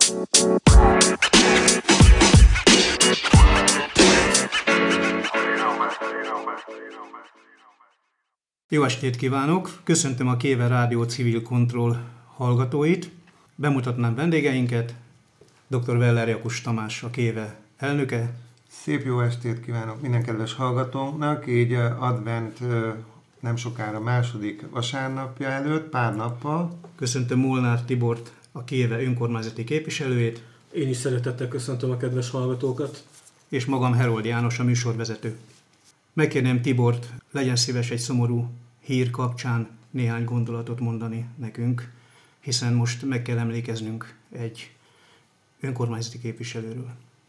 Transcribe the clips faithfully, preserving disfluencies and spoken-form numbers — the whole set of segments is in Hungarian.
Jó estét kívánok! Köszöntöm a Kéve Rádió Civil Control hallgatóit. Bemutatnám vendégeinket. doktor Weller Jakus Tamás, a Kéve elnöke. Szép jó estét kívánok minden kedves hallgatónknak, így advent nem sokára második vasárnapja előtt, pár nappal. Köszöntöm Molnár Tibort, a Kéve önkormányzati képviselőjét. Én is szeretettel köszöntöm a kedves hallgatókat. És magam Herold János, a műsorvezető. Megkérném Tibort, legyen szíves egy szomorú hír kapcsán néhány gondolatot mondani nekünk, hiszen most meg kell emlékeznünk egy önkormányzati képviselőről.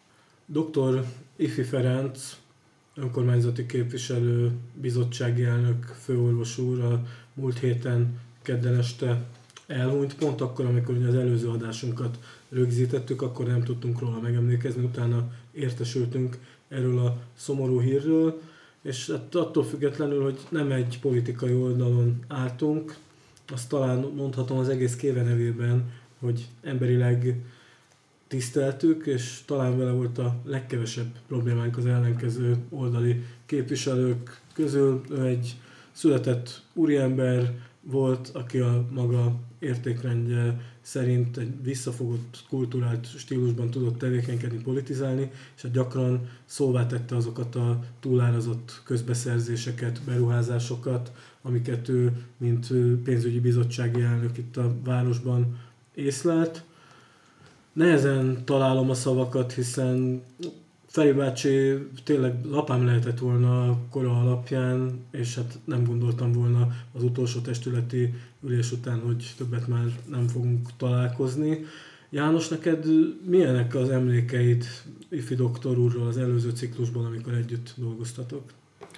doktor Ify Ferenc, önkormányzati képviselő, bizottsági elnök, főorvos úr a múlt héten kedden este elhunyt, pont akkor, amikor az előző adásunkat rögzítettük, akkor nem tudtunk róla megemlékezni, utána értesültünk erről a szomorú hírről, és attól függetlenül, hogy nem egy politikai oldalon álltunk, azt talán mondhatom az egész Kéve nevében, hogy emberileg tiszteltük, és talán vele volt a legkevesebb problémánk az ellenkező oldali képviselők közül. Ő egy született úriember volt, aki a maga értékrendje szerint egy visszafogott, kulturált stílusban tudott tevékenykedni, politizálni, és gyakran szóvá tette azokat a túlárazott közbeszerzéseket, beruházásokat, amiket ő, mint pénzügyi bizottsági elnök itt a városban észlelt. Nehezen találom a szavakat, hiszen Feri bácsi tényleg lapám lehetett volna a kora alapján, és hát nem gondoltam volna az utolsó testületi ülés után, hogy többet már nem fogunk találkozni. János, neked milyenek az emlékeid Ify doktor úrról az előző ciklusban, amikor együtt dolgoztatok?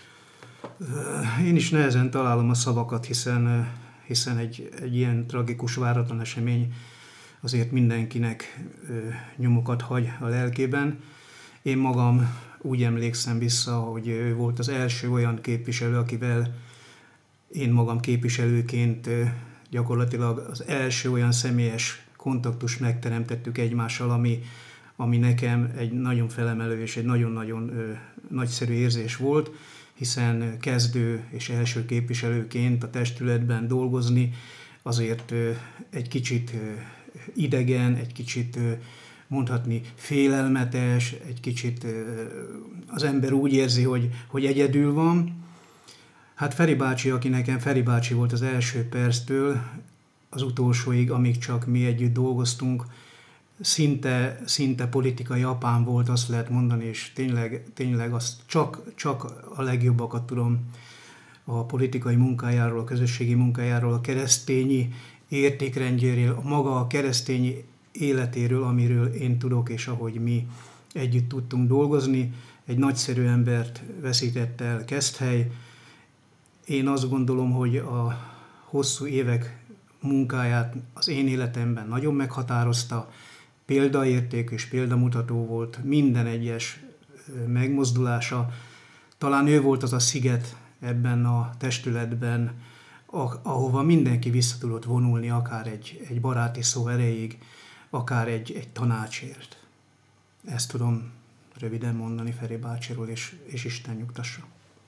Én is nehezen találom a szavakat, hiszen, hiszen egy, egy ilyen tragikus, váratlan esemény azért mindenkinek nyomokat hagy a lelkében. Én magam úgy emlékszem vissza, hogy ő volt az első olyan képviselő, akivel én magam képviselőként gyakorlatilag az első olyan személyes kontaktust megteremtettük egymással, ami, ami nekem egy nagyon felemelő és egy nagyon-nagyon ö, nagyszerű érzés volt, hiszen kezdő és első képviselőként a testületben dolgozni azért ö, egy kicsit ö, idegen, egy kicsit ö, mondhatni félelmetes, egy kicsit az ember úgy érzi, hogy, hogy egyedül van. Hát Feri bácsi, aki nekem Feri bácsi volt az első perctől, az utolsóig, amíg csak mi együtt dolgoztunk, szinte, szinte politikai apám volt, azt lehet mondani, és tényleg, tényleg azt csak, csak a legjobbakat tudom a politikai munkájáról, a közösségi munkájáról, a keresztényi értékrendjéről, a maga a keresztényi életéről, amiről én tudok, és ahogy mi együtt tudtunk dolgozni. Egy nagyszerű embert veszített el Keszthely. Én azt gondolom, hogy a hosszú évek munkáját az én életemben nagyon meghatározta, példaértékű és példamutató volt minden egyes megmozdulása. Talán ő volt az a sziget ebben a testületben, ahova mindenki vissza tudott vonulni, akár egy, egy baráti szó erejéig, akár egy, egy tanácsért. Ezt tudom röviden mondani Feri bácsiról, és, és Isten nyugtassa.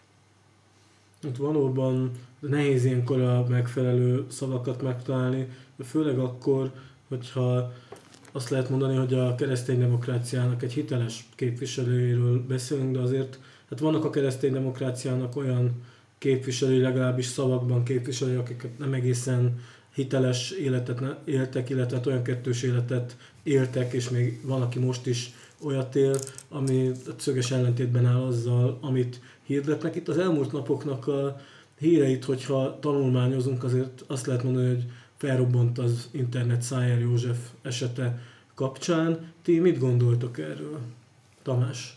Hát valóban nehéz ilyenkor a megfelelő szavakat megtalálni, főleg akkor, hogyha azt lehet mondani, hogy a kereszténydemokráciának egy hiteles képviselőjéről beszélünk, de azért hát vannak a kereszténydemokráciának olyan képviselői, legalábbis szavakban képviselői, akiket nem egészen hiteles életet éltek, illetve olyan kettős életet éltek, és még van, aki most is olyat él, ami szöges ellentétben áll azzal, amit hirdetnek. Itt az elmúlt napoknak a híreit, hogyha tanulmányozunk, azért azt lehet mondani, hogy felrobbant az internet Szájer József esete kapcsán. Ti mit gondoltok erről, Tamás?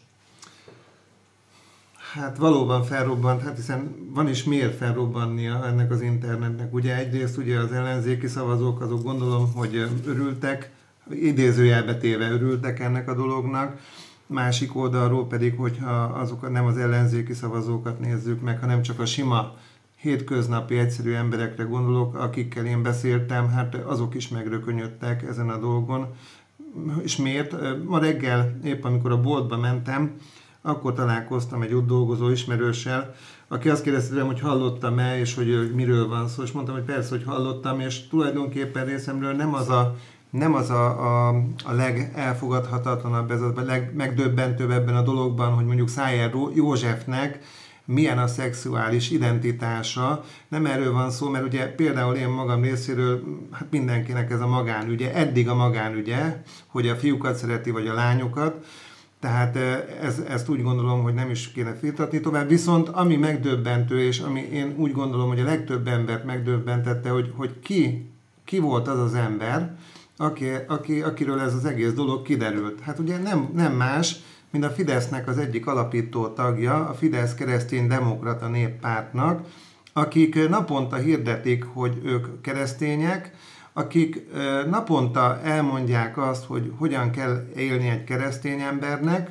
Hát valóban felrobbant, hát hiszen van is miért felrobbannia ennek az internetnek. Ugye egyrészt ugye az ellenzéki szavazók, azok gondolom, hogy örültek, idézőjelbe téve örültek ennek a dolognak. Másik oldalról pedig, hogyha azokat nem az ellenzéki szavazókat nézzük meg, hanem csak a sima hétköznapi egyszerű emberekre gondolok, akikkel én beszéltem, hát azok is megrökönyödtek ezen a dolgon. És miért? Ma reggel, épp amikor a boltba mentem, akkor találkoztam egy ott dolgozó ismerőssel, aki azt kérdezte tőlem, hogy hallottam-e, és hogy miről van szó, és mondtam, hogy persze, hogy hallottam, és tulajdonképpen részemről nem az a, nem az a, a, a legelfogadhatatlanabb, ez a legmegdöbbentőbb ebben a dologban, hogy mondjuk Szájer Józsefnek milyen a szexuális identitása. Nem erről van szó, mert ugye például én magam részéről, hát mindenkinek ez a magánügye, eddig a magánügye, hogy a fiúkat szereti, vagy a lányokat, tehát ez, ezt úgy gondolom, hogy nem is kéne firtatni tovább. Viszont ami megdöbbentő, és ami én úgy gondolom, hogy a legtöbb embert megdöbbentette, hogy, hogy ki, ki volt az az ember, aki, aki, akiről ez az egész dolog kiderült. Hát ugye nem, nem más, mint a Fidesznek az egyik alapító tagja, a Fidesz Kereszténydemokrata Néppártnak, akik naponta hirdetik, hogy ők keresztények, akik naponta elmondják azt, hogy hogyan kell élni egy keresztény embernek,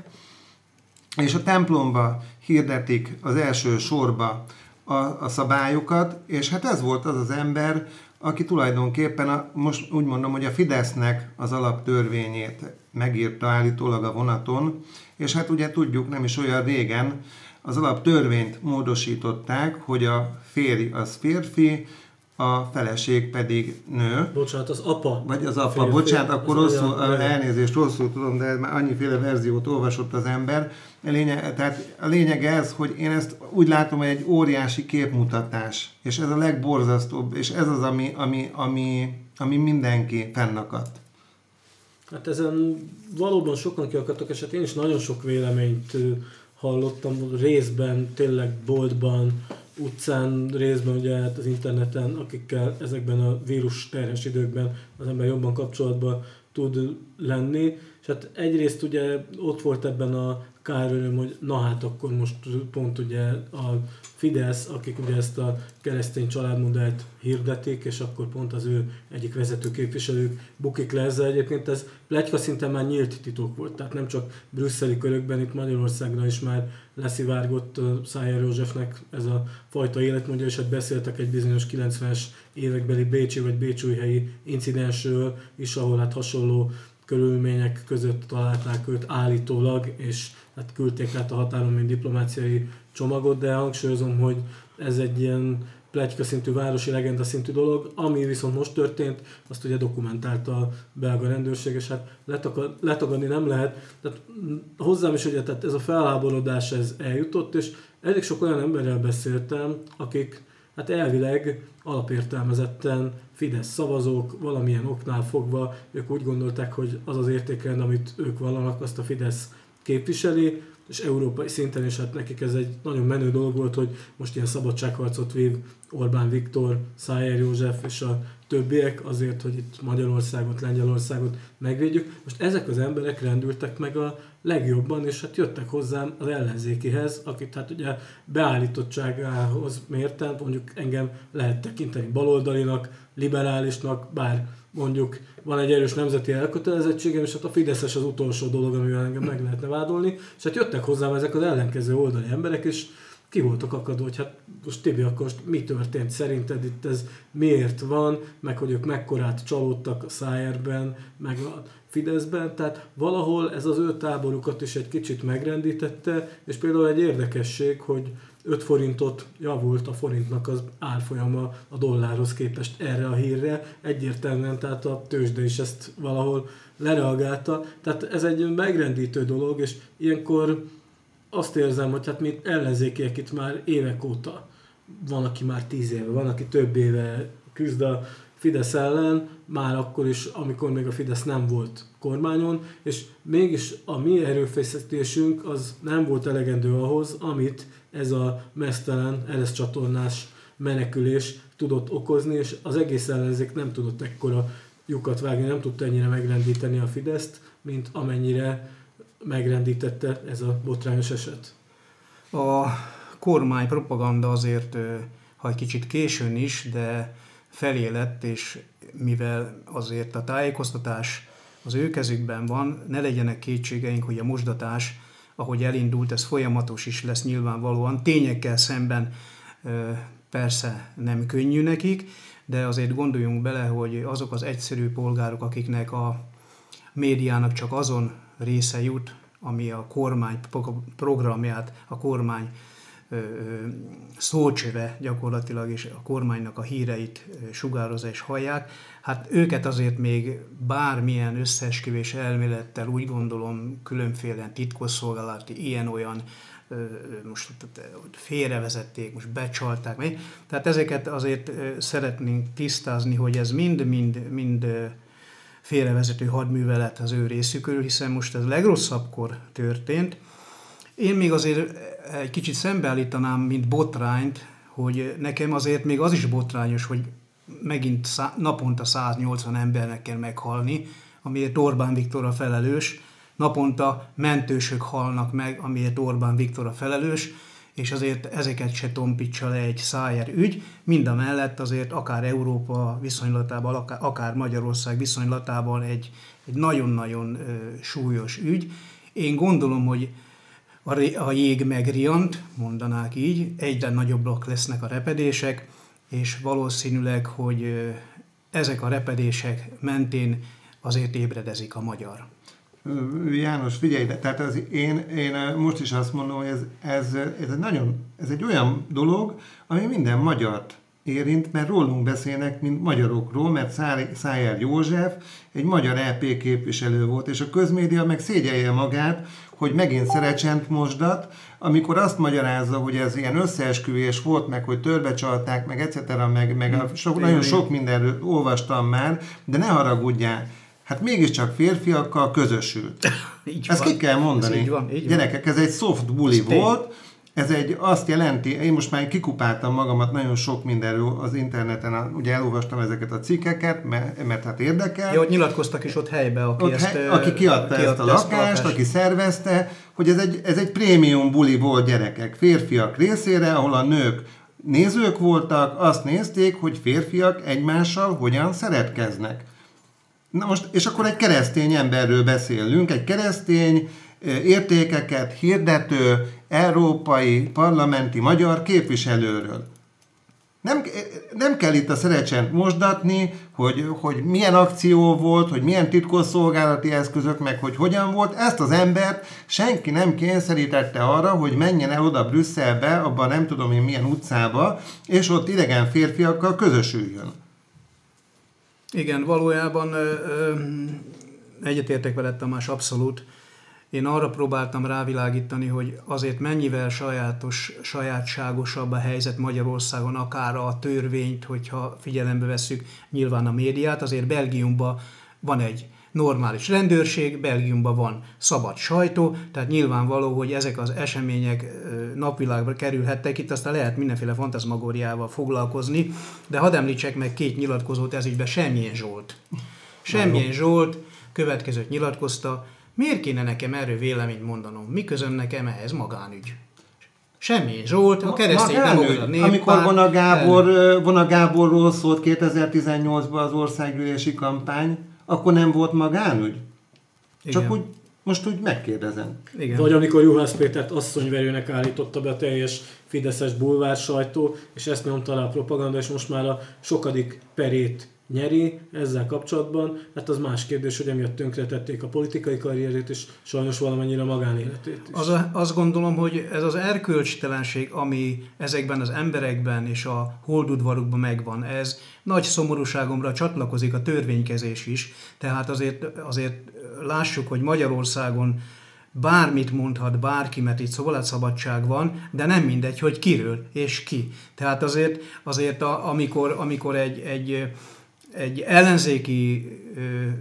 és a templomba hirdetik az első sorba a, a szabályokat, és hát ez volt az az ember, aki tulajdonképpen a, most úgy mondom, hogy a Fidesznek az alaptörvényét megírta állítólag a vonaton, és hát ugye tudjuk, nem is olyan régen az alaptörvényt módosították, hogy a férj az férfi, a feleség pedig nő. Bocsánat, az apa. Vagy az apa, férfi, bocsánat, akkor rosszul, olyan, elnézést, rosszul tudom, de már annyiféle verziót olvasott az ember. A lényeg, tehát a lényeg ez, hogy én ezt úgy látom, hogy egy óriási képmutatás, és ez a legborzasztóbb, és ez az, ami, ami, ami, ami mindenki fennakadt. Hát ezen valóban sokan kiakadtak, és hát én is nagyon sok véleményt hallottam, részben, tényleg boltban, utcán, részben ugye hát az interneten, akikkel ezekben a vírus terhes időkben az ember jobban kapcsolatban tud lenni. És hát egyrészt ugye ott volt ebben a káröröm, hogy na hát akkor most pont ugye a Fidesz, akik ugye ezt a keresztény családmodellt hirdetik, és akkor pont az ő egyik vezető képviselők bukik le ezzel. Egyébként ez pletyka szinten már nyílt titok volt, tehát nem csak brüsszeli körökben, itt Magyarországra is már leszivárgott Szájer Józsefnek ez a fajta életmódja, és hát beszéltek egy bizonyos kilencvenes évekbeli bécsi vagy bécsújhelyi incidensről is, ahol hát hasonló körülmények között találták őt állítólag, és hát küldték át a határon, mint diplomáciai csomagot, de hangsúlyozom, hogy ez egy ilyen pletyka szintű, városi legenda szintű dolog, ami viszont most történt, azt ugye dokumentálta a belga rendőrség, és hát letagad, letagadni nem lehet. Tehát hozzám is ugye, tehát ez a felháborodás ez eljutott, és elég sok olyan emberrel beszéltem, akik hát elvileg alapértelmezetten Fidesz szavazók, valamilyen oknál fogva, ők úgy gondolták, hogy az az értékrend, amit ők vallanak, azt a Fidesz képviseli, és európai szinten is hát nekik ez egy nagyon menő dolog volt, hogy most ilyen szabadságharcot vív Orbán Viktor, Szájer József és a többiek azért, hogy itt Magyarországot, Lengyelországot megvédjük. Most ezek az emberek rendültek meg a legjobban, és hát jöttek hozzám az ellenzékihez, akit hát ugye beállítottságához mérten, mondjuk engem lehet tekinteni baloldalinak, liberálisnak, bár mondjuk van egy erős nemzeti elkötelezettségem, és hát a Fideszes az utolsó dolog, amivel engem meg lehetne vádolni, és hát jöttek hozzám ezek az ellenkező oldali emberek, és ki voltak akadva, hogy hát most Tibi, akkor most mi történt szerinted itt, ez miért van, meg hogy ők mekkorát csalódtak a Szájerben, meg a Fideszben, tehát valahol ez az ő táborukat is egy kicsit megrendítette, és például egy érdekesség, hogy öt forintot javult a forintnak az árfolyama a dollárhoz képest erre a hírre, egyértelműen, tehát a tőzsde is ezt valahol lereagálta, tehát ez egy megrendítő dolog, és ilyenkor azt érzem, hogy hát mi ellenzékiek itt már évek óta, van, aki már tíz éve, van, aki több éve küzd a Fidesz ellen, már akkor is, amikor még a Fidesz nem volt kormányon, és mégis a mi erőfeszítésünk az nem volt elegendő ahhoz, amit ez a meztelen ereszcsatornás menekülés tudott okozni, és az egész ellenzék nem tudott ekkora lyukat vágni, nem tudta ennyire megrendíteni a Fideszt, mint amennyire megrendítette ez a botrányos eset. A kormány propaganda azért, ha egy kicsit későn is, de felé lett, és mivel azért a tájékoztatás az ő kezükben van, ne legyenek kétségeink, hogy a mosdatás, ahogy elindult, ez folyamatos is lesz nyilvánvalóan. Tényekkel szemben persze nem könnyű nekik, de azért gondoljunk bele, hogy azok az egyszerű polgárok, akiknek a, médiának csak azon része jut, ami a kormány programját, a kormány szócsöve gyakorlatilag, és a kormánynak a híreit sugározza és hallják. Hát őket azért még bármilyen összeesküvés elmélettel úgy gondolom különféle titkosszolgálati, ilyen-olyan most félrevezették, most becsalták meg. Tehát ezeket azért szeretnénk tisztázni, hogy ez mind-mind mind félrevezető hadművelet az ő részükről, hiszen most ez legrosszabbkor történt. Én még azért egy kicsit szembeállítanám, mint botrányt, hogy nekem azért még az is botrányos, hogy megint szá- naponta száznyolcvan embernek kell meghalni, amiért Orbán Viktor a felelős, naponta mentősök halnak meg, amiért Orbán Viktor a felelős, és azért ezeket se tompítsa le egy Szájer ügy, mindamellett azért akár Európa viszonylatában, akár, akár Magyarország viszonylatában egy, egy nagyon-nagyon ö, súlyos ügy. Én gondolom, hogy a, a jég megriant, mondanák így, egyre nagyobbak lesznek a repedések, és valószínűleg, hogy ö, ezek a repedések mentén azért ébredezik a magyar. János, figyelj, tehát az én, én most is azt mondom, hogy ez, ez, ez, egy nagyon, ez egy olyan dolog, ami minden magyart érint, mert rólunk beszélnek, mint magyarokról, mert Szájer József egy magyar é pé képviselő volt, és a közmédia meg szégyelje magát, hogy megint szerecsent mosdat, amikor azt magyarázza, hogy ez ilyen összeesküvés volt, meg hogy törbecsalták, meg et cetera, meg, meg a sok, nagyon sok mindenről olvastam már, de ne haragudjál. Hát mégiscsak férfiakkal közösült. Ezt ki kell mondani. Ez így van, így Gyerekek, ez egy soft bully ez volt, ez egy azt jelenti, én most már kikupáltam magamat nagyon sok mindenről az interneten, ugye elolvastam ezeket a cikkeket, mert, mert hát érdekel. Jó, nyilatkoztak is ott helybe, aki, ott ezt, hely, aki kiadta, kiadta ezt a lakást, lakást, aki szervezte, hogy ez egy, ez egy prémium bully volt gyerekek, férfiak részére, ahol a nők nézők voltak, azt nézték, hogy férfiak egymással hogyan szeretkeznek. Na most, és akkor egy keresztény emberről beszélünk, egy keresztény értékeket hirdető európai parlamenti magyar képviselőről. Nem, nem kell itt a szerecsent mosdatni, hogy, hogy milyen akció volt, hogy milyen titkosszolgálati eszközök, meg hogy hogyan volt. Ezt az embert senki nem kényszerítette arra, hogy menjen el oda Brüsszelbe, abban nem tudom én milyen utcába, és ott idegen férfiakkal közösüljön. Igen, valójában ö, ö, egyetértek veled, Tamás, abszolút. Én arra próbáltam rávilágítani, hogy azért mennyivel sajátos, sajátságosabb a helyzet Magyarországon, akár a törvényt, hogyha figyelembe vesszük nyilván a médiát. Azért Belgiumban van egy normális rendőrség, Belgiumban van szabad sajtó, tehát nyilvánvaló, hogy ezek az események napvilágra kerülhettek, itt aztán lehet mindenféle fantazmagóriával foglalkozni, de hadd említsek meg két nyilatkozót ez ügyben, Semmjén Zsolt. Semmjén Zsolt következőt nyilatkozta, miért kéne nekem erről véleményt mondanom, mi közöm nekem ehhez, magánügy. Semmjén Zsolt, a keresztény demokrata néppárt. Amikor Vona, Gábor, Vona Gáborról szólt kétezer-tizennyolcban az országgyűlési kampány, akkor nem volt magánügy? Igen. Csak úgy, most úgy megkérdezem. Igen. Vagy amikor Juhász Pétert asszonyverőnek állította be a teljes fideszes bulvár sajtó, és ezt nyomta le a propaganda, és most már a sokadik perét nyeri ezzel kapcsolatban, hát az más kérdés, hogy emiatt tönkretették a politikai karrierét, és sajnos valamennyire a magánéletét is. Az a, azt gondolom, hogy ez az erkölcstelenség, ami ezekben az emberekben és a holdudvarukban megvan, ez nagy szomorúságomra csatlakozik a törvénykezés is, tehát azért, azért lássuk, hogy Magyarországon bármit mondhat bárki, mert itt szólásszabadság van, de nem mindegy, hogy kiről és ki. Tehát azért, azért a, amikor, amikor egy, egy egy ellenzéki ö,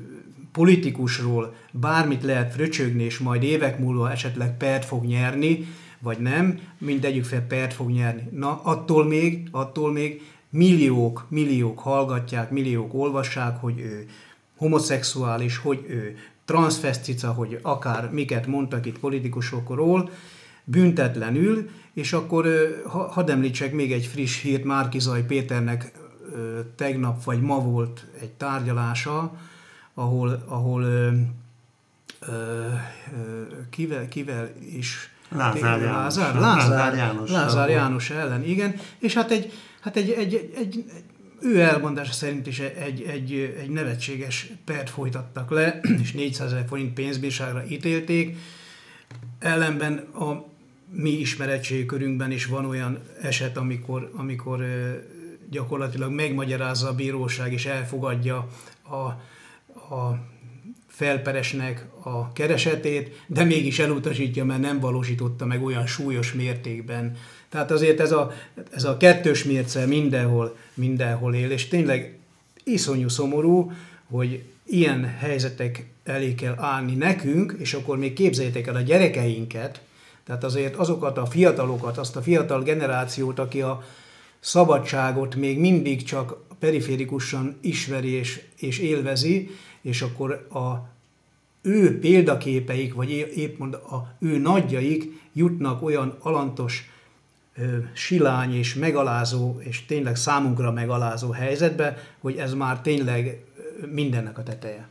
politikusról bármit lehet fröcsögni, és majd évek múlva esetleg pert fog nyerni, vagy nem, mindegyik fel pert fog nyerni. Na, attól még, attól még milliók, milliók hallgatják, milliók olvassák, hogy ő homoszexuális, hogy ő transzvesztica, hogy akár miket mondtak itt politikusokról, büntetlenül, és akkor ha, hadd említsek még egy friss hírt, Márki-Zay Péternek tegnap vagy ma volt egy tárgyalása, ahol, ahol ö, ö, kivel, kivel is... Lázár János. Lázár, Lázár, Lázár, János, Lázár János ellen, igen. És hát egy, hát egy, egy, egy, egy ő elmondása szerint is egy, egy, egy nevetséges pert folytattak le, és négyszázezer forint pénzbírságra ítélték. Ellenben a mi ismeretségi körünkben is van olyan eset, amikor, amikor gyakorlatilag megmagyarázza a bíróság és elfogadja a, a felperesnek a keresetét, de mégis elutasítja, mert nem valósította meg olyan súlyos mértékben. Tehát azért ez a, ez a kettős mérce mindenhol, mindenhol él, és tényleg iszonyú szomorú, hogy ilyen helyzetek elé kell állni nekünk, és akkor még képzeljétek el a gyerekeinket, tehát azért azokat a fiatalokat, azt a fiatal generációt, aki a szabadságot még mindig csak periférikusan ismeri és, és élvezi, és akkor a ő példaképeik, vagy épp mond a ő nagyjaik jutnak olyan alantos, ö, silány és megalázó, és tényleg számunkra megalázó helyzetbe, hogy ez már tényleg mindennek a teteje.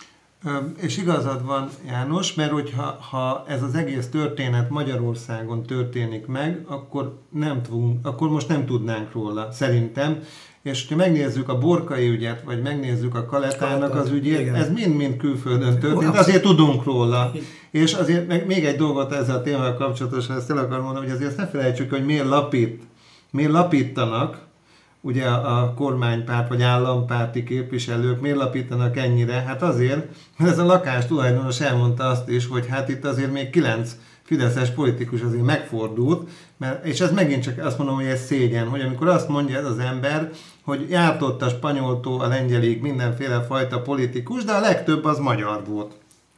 És igazad van, János, mert hogyha ha ez az egész történet Magyarországon történik meg, akkor, nem tudunk, akkor most nem tudnánk róla, szerintem. És ha megnézzük a Borkai ügyet, vagy megnézzük a Kaletának az ügyét, igen. Ez mind-mind külföldön történt, azért tudunk róla. És azért meg még egy dolgot ezzel a témával kapcsolatosan, ezt el akarom mondani, hogy azért ne felejtsük, hogy miért lapít, miért lapítanak, ugye a kormánypárt vagy állampárti képviselők miért lapítanak ennyire? Hát azért, mert ez a lakás tulajdonos elmondta azt is, hogy hát itt azért még kilenc fideszes politikus azért megfordult, mert, és ez megint csak azt mondom, hogy ez szégyen, hogy amikor azt mondja ez az ember, hogy jártott a spanyoltól a lengyelig mindenféle fajta politikus, de a legtöbb az magyar volt.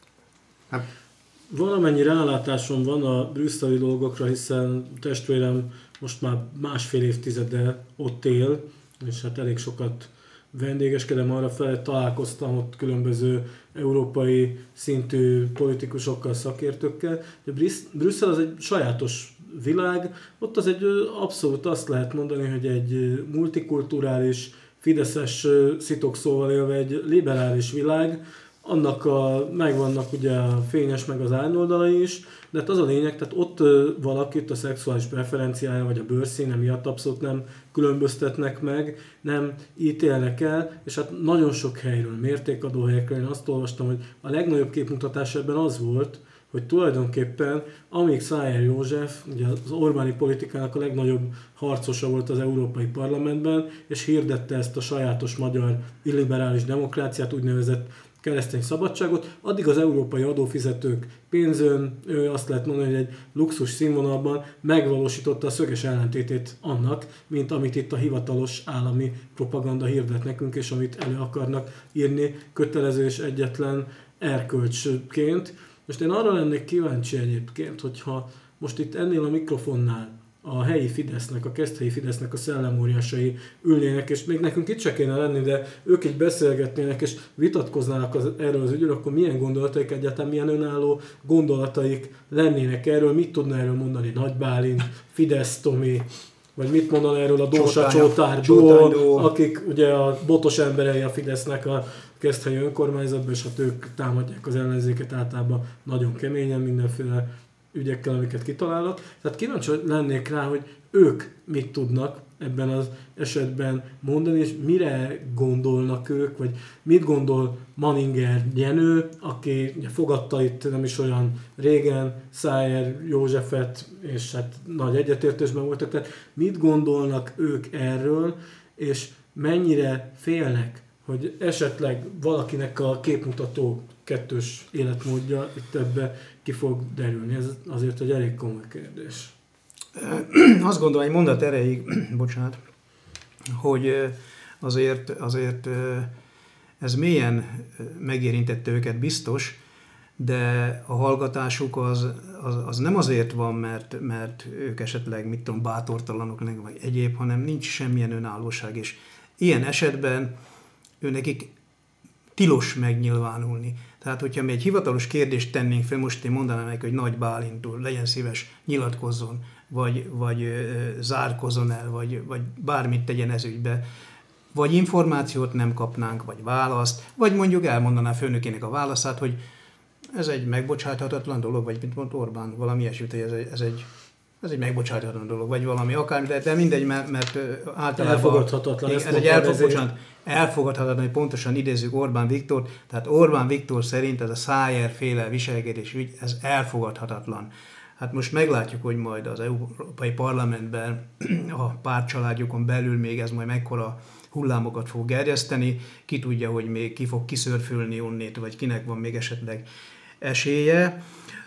Hát. Valamennyi rálátásom van a brüsszeli dolgokra, hiszen testvérem most már másfél évtizede ott él, és hát elég sokat vendégeskedem arra fel, találkoztam ott különböző európai szintű politikusokkal, szakértőkkel. Brüsszel az egy sajátos világ, ott az egy abszolút azt lehet mondani, hogy egy multikulturális, fideszes szitokszóval élve egy liberális világ, annak a, megvannak ugye a fényes meg az árnyoldalai is, de hát az a lényeg, tehát ott valakit a szexuális preferenciája vagy a bőrszíne miatt abszolút nem különböztetnek meg, nem ítélnek el, és hát nagyon sok helyről, mértékadóhelyekről én azt olvastam, hogy a legnagyobb képmutatás ebben az volt, hogy tulajdonképpen amíg Szájer József, ugye az Orbáni politikának a legnagyobb harcosa volt az Európai Parlamentben, és hirdette ezt a sajátos magyar illiberális demokráciát, úgynevezett keresztény szabadságot, addig az európai adófizetők pénzön, azt lehet mondani, hogy egy luxus színvonalban megvalósította a szöges ellentétét annak, mint amit itt a hivatalos állami propaganda hirdet nekünk, és amit elő akarnak írni kötelező és egyetlen erkölcsként. Most én arra lennék kíváncsi egyébként, hogyha most itt ennél a mikrofonnál a helyi Fidesznek, a keszthelyi Fidesznek a szellemóriásai ülnének, és még nekünk itt se kéne lenni, de ők így beszélgetnének, és vitatkoznának az, erről az ügyről, akkor milyen gondolataik, egyáltalán milyen önálló gondolataik lennének erről, mit tudna erről mondani Nagy Bálint, Fidesz Tomi, vagy mit mondan erről a Dósa Csótárból, akik ugye a botos emberei a Fidesznek a keszthelyi önkormányzatban, és hát ők támadják az ellenzéket általában nagyon keményen mindenféle ügyekkel, amiket kitalálnak. Tehát kíváncsi lennék rá, hogy ők mit tudnak ebben az esetben mondani, és mire gondolnak ők, vagy mit gondol Manninger Jenő, aki ugye fogadta itt nem is olyan régen Szájer Józsefet, és hát nagy egyetértésben voltak, tehát mit gondolnak ők erről, és mennyire félnek, hogy esetleg valakinek a képmutató kettős életmódja itt ebbe ki fog derülni. Ez azért egy elég komoly kérdés. Azt gondolom, egy mondat erejéig, bocsánat, hogy azért, azért ez mélyen megérintette őket biztos, de a hallgatásuk az, az, az nem azért van, mert, mert ők esetleg, mit tudom, bátortalanok, vagy egyéb, hanem nincs semmilyen önállóság, és ilyen esetben őnekik tilos megnyilvánulni. Tehát, hogyha mi egy hivatalos kérdést tennénk fel, most én mondanám neki, hogy Nagy Bálintól legyen szíves, nyilatkozzon, vagy, vagy ö, zárkozzon el, vagy, vagy bármit tegyen ez ügybe, vagy információt nem kapnánk, vagy választ, vagy mondjuk elmondaná főnökének a válaszát, hogy ez egy megbocsáthatatlan dolog, vagy mint mond Orbán, valami ilyesmit, hogy ez egy, ez egy ez egy megbocsáthatatlan dolog, vagy valami akár, de, de mindegy, mert, mert általában... Elfogadhatatlan. Ez egy elfogadhatatlan, elfogadhatatlan, hogy pontosan idézzük Orbán Viktort, tehát Orbán Viktor szerint ez a Szájer-féle viselkedés ügy, ez elfogadhatatlan. Hát most meglátjuk, hogy majd az Európai Parlamentben a pártcsaládjukon belül még ez majd mekkora hullámokat fog gerjeszteni, ki tudja, hogy még ki fog kiszörfülni onnét, vagy kinek van még esetleg esélye.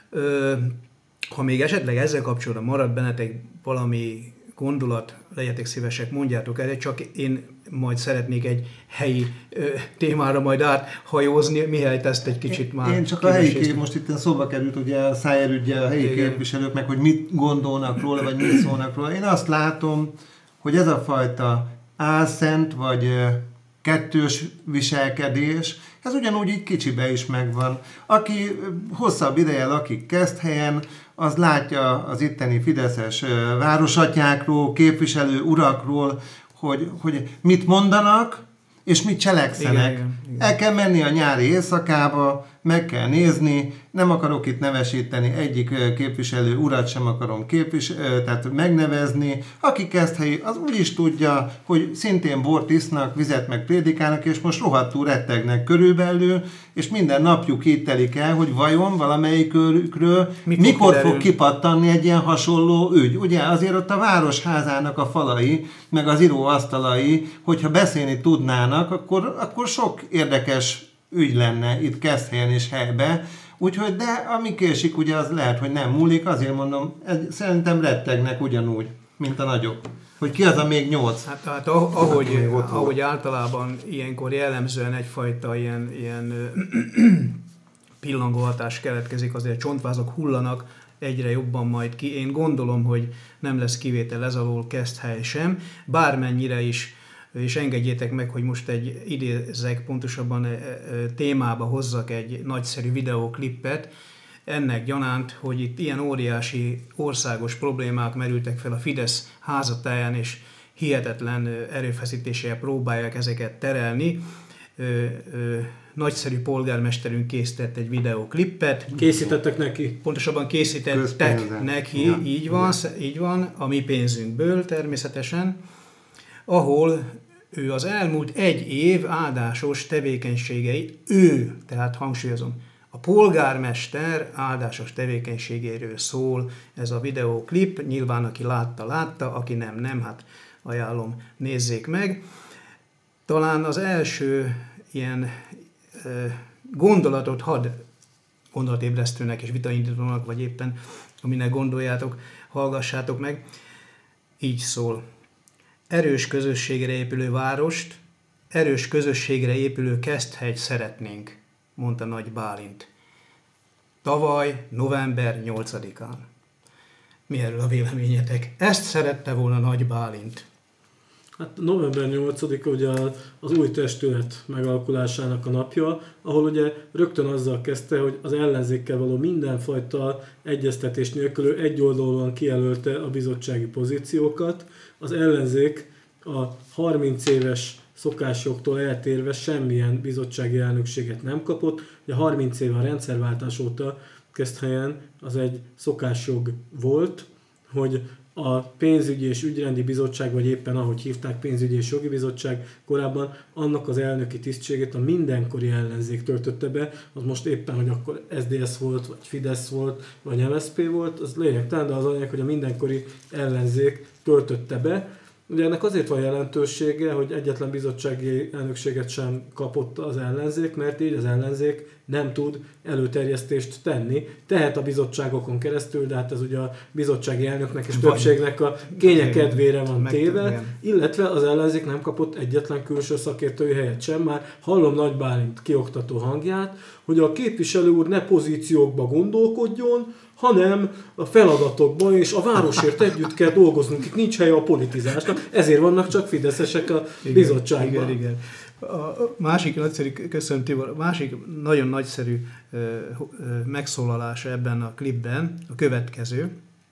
Ha még esetleg ezzel kapcsolatban marad bennetek valami gondolat, legyetek szívesek, mondjátok el, csak én majd szeretnék egy helyi ö, témára majd áthajózni, mihelyt ezt egy kicsit már... Én csak a helyi, most itt szóba került ugye a Szájer ügye, a helyi Igen. képviselők meg, hogy mit gondolnak róla, vagy mit szólnak róla. Én azt látom, hogy ez a fajta álszent, vagy kettős viselkedés, ez ugyanúgy így kicsibe is megvan. Aki hosszabb ideje lakik Keszthelyen, az látja az itteni fideszes városatyákról, képviselő urakról, hogy, hogy mit mondanak, és mit cselekszenek. Igen, igen, igen. El kell menni a nyári éjszakába, meg kell nézni, nem akarok itt nevesíteni, egyik képviselő urat sem akarom képvis, tehát megnevezni. Aki Keszthelyi, az úgy is tudja, hogy szintén bort isznak, vizet meg prédikálnak, és most rohadtul rettegnek körülbelül, és minden napjuk így telik el, hogy vajon valamelyikről mikor, mikor fog kipattanni egy ilyen hasonló ügy. Ugye azért ott a városházának a falai, meg az íróasztalai, hogyha beszélni tudnának, akkor, akkor sok érdekes ügy lenne itt Keszthelyen és helyben. Úgyhogy, de ami késik, ugye az lehet, hogy nem múlik, azért mondom, ez, szerintem rettegnek ugyanúgy, mint a nagyok. Hogy ki az a még nyolc? Hát, hát ahogy, ahogy általában ilyenkor jellemzően egyfajta ilyen, ilyen pillangóhatás keletkezik, azért csontvázak hullanak egyre jobban majd ki. Én gondolom, hogy nem lesz kivétel ez alól Keszthely sem, bármennyire is, és engedjétek meg, hogy most egy idézek, pontosabban témába hozzak egy nagyszerű videóklippet, ennek gyanánt, hogy itt ilyen óriási országos problémák merültek fel a Fidesz házatáján, és hihetetlen erőfeszítéssel próbálják ezeket terelni. Ö, ö, nagyszerű polgármesterünk készített egy videóklippet. Készítettek neki? Pontosabban készítettek Közpénzen. neki, ja. így, van, így van, a mi pénzünkből természetesen, ahol ő az elmúlt egy év áldásos tevékenységei, ő, tehát hangsúlyozom, a polgármester áldásos tevékenységéről szól ez a videóklip, nyilván aki látta, látta, aki nem, nem, hát ajánlom, nézzék meg. Talán az első ilyen e, gondolatot hadd gondolatébresztőnek és vitaindítónak, vagy éppen aminek gondoljátok, hallgassátok meg, így szól. Erős közösségre épülő várost, erős közösségre épülő Keszthelyt szeretnénk, mondta Nagy Bálint. Tavaly november nyolcadikán. Mi erről a véleményetek? Ezt szerette volna Nagy Bálint. Hát november nyolcadika ugye az új testület megalakulásának a napja, ahol ugye rögtön azzal kezdte, hogy az ellenzékkel való mindenfajta egyeztetés nélkül egyoldalúan kijelölte a bizottsági pozíciókat. Az ellenzék a harminc éves szokásjogtól eltérve semmilyen bizottsági elnökséget nem kapott. Ugye harminc éve a rendszerváltás óta Keszthelyen az egy szokásjog volt, hogy a pénzügyi és ügyrendi bizottság, vagy éppen ahogy hívták, pénzügyi és jogi bizottság korábban, annak az elnöki tisztségét a mindenkori ellenzék töltötte be, az most éppen, hogy akkor es zé dé es volt, vagy Fidesz volt, vagy em es zé pé volt, az lényegtelen, de az anyag, hogy a mindenkori ellenzék töltötte be. Ugye ennek azért van jelentősége, hogy egyetlen bizottsági elnökséget sem kapott az ellenzék, mert így az ellenzék nem tud előterjesztést tenni. Tehet a bizottságokon keresztül, de hát ez ugye a bizottsági elnöknek és többségnek a kénye kedvére van téve, illetve az ellenzék nem kapott egyetlen külső szakértői helyet sem. Már hallom Nagy Bálint kioktató hangját, hogy a képviselő úr ne pozíciókba gondolkodjon, hanem a feladatokban és a városért együtt kell dolgoznunk. Itt nincs helye a politizásnak, ezért vannak csak fideszesek a igen, bizottságban. Igen, igen. A másik nagyszerű, köszönöm Tibor, a másik nagyon nagyszerű ö, ö, megszólalása ebben a klipben a következő.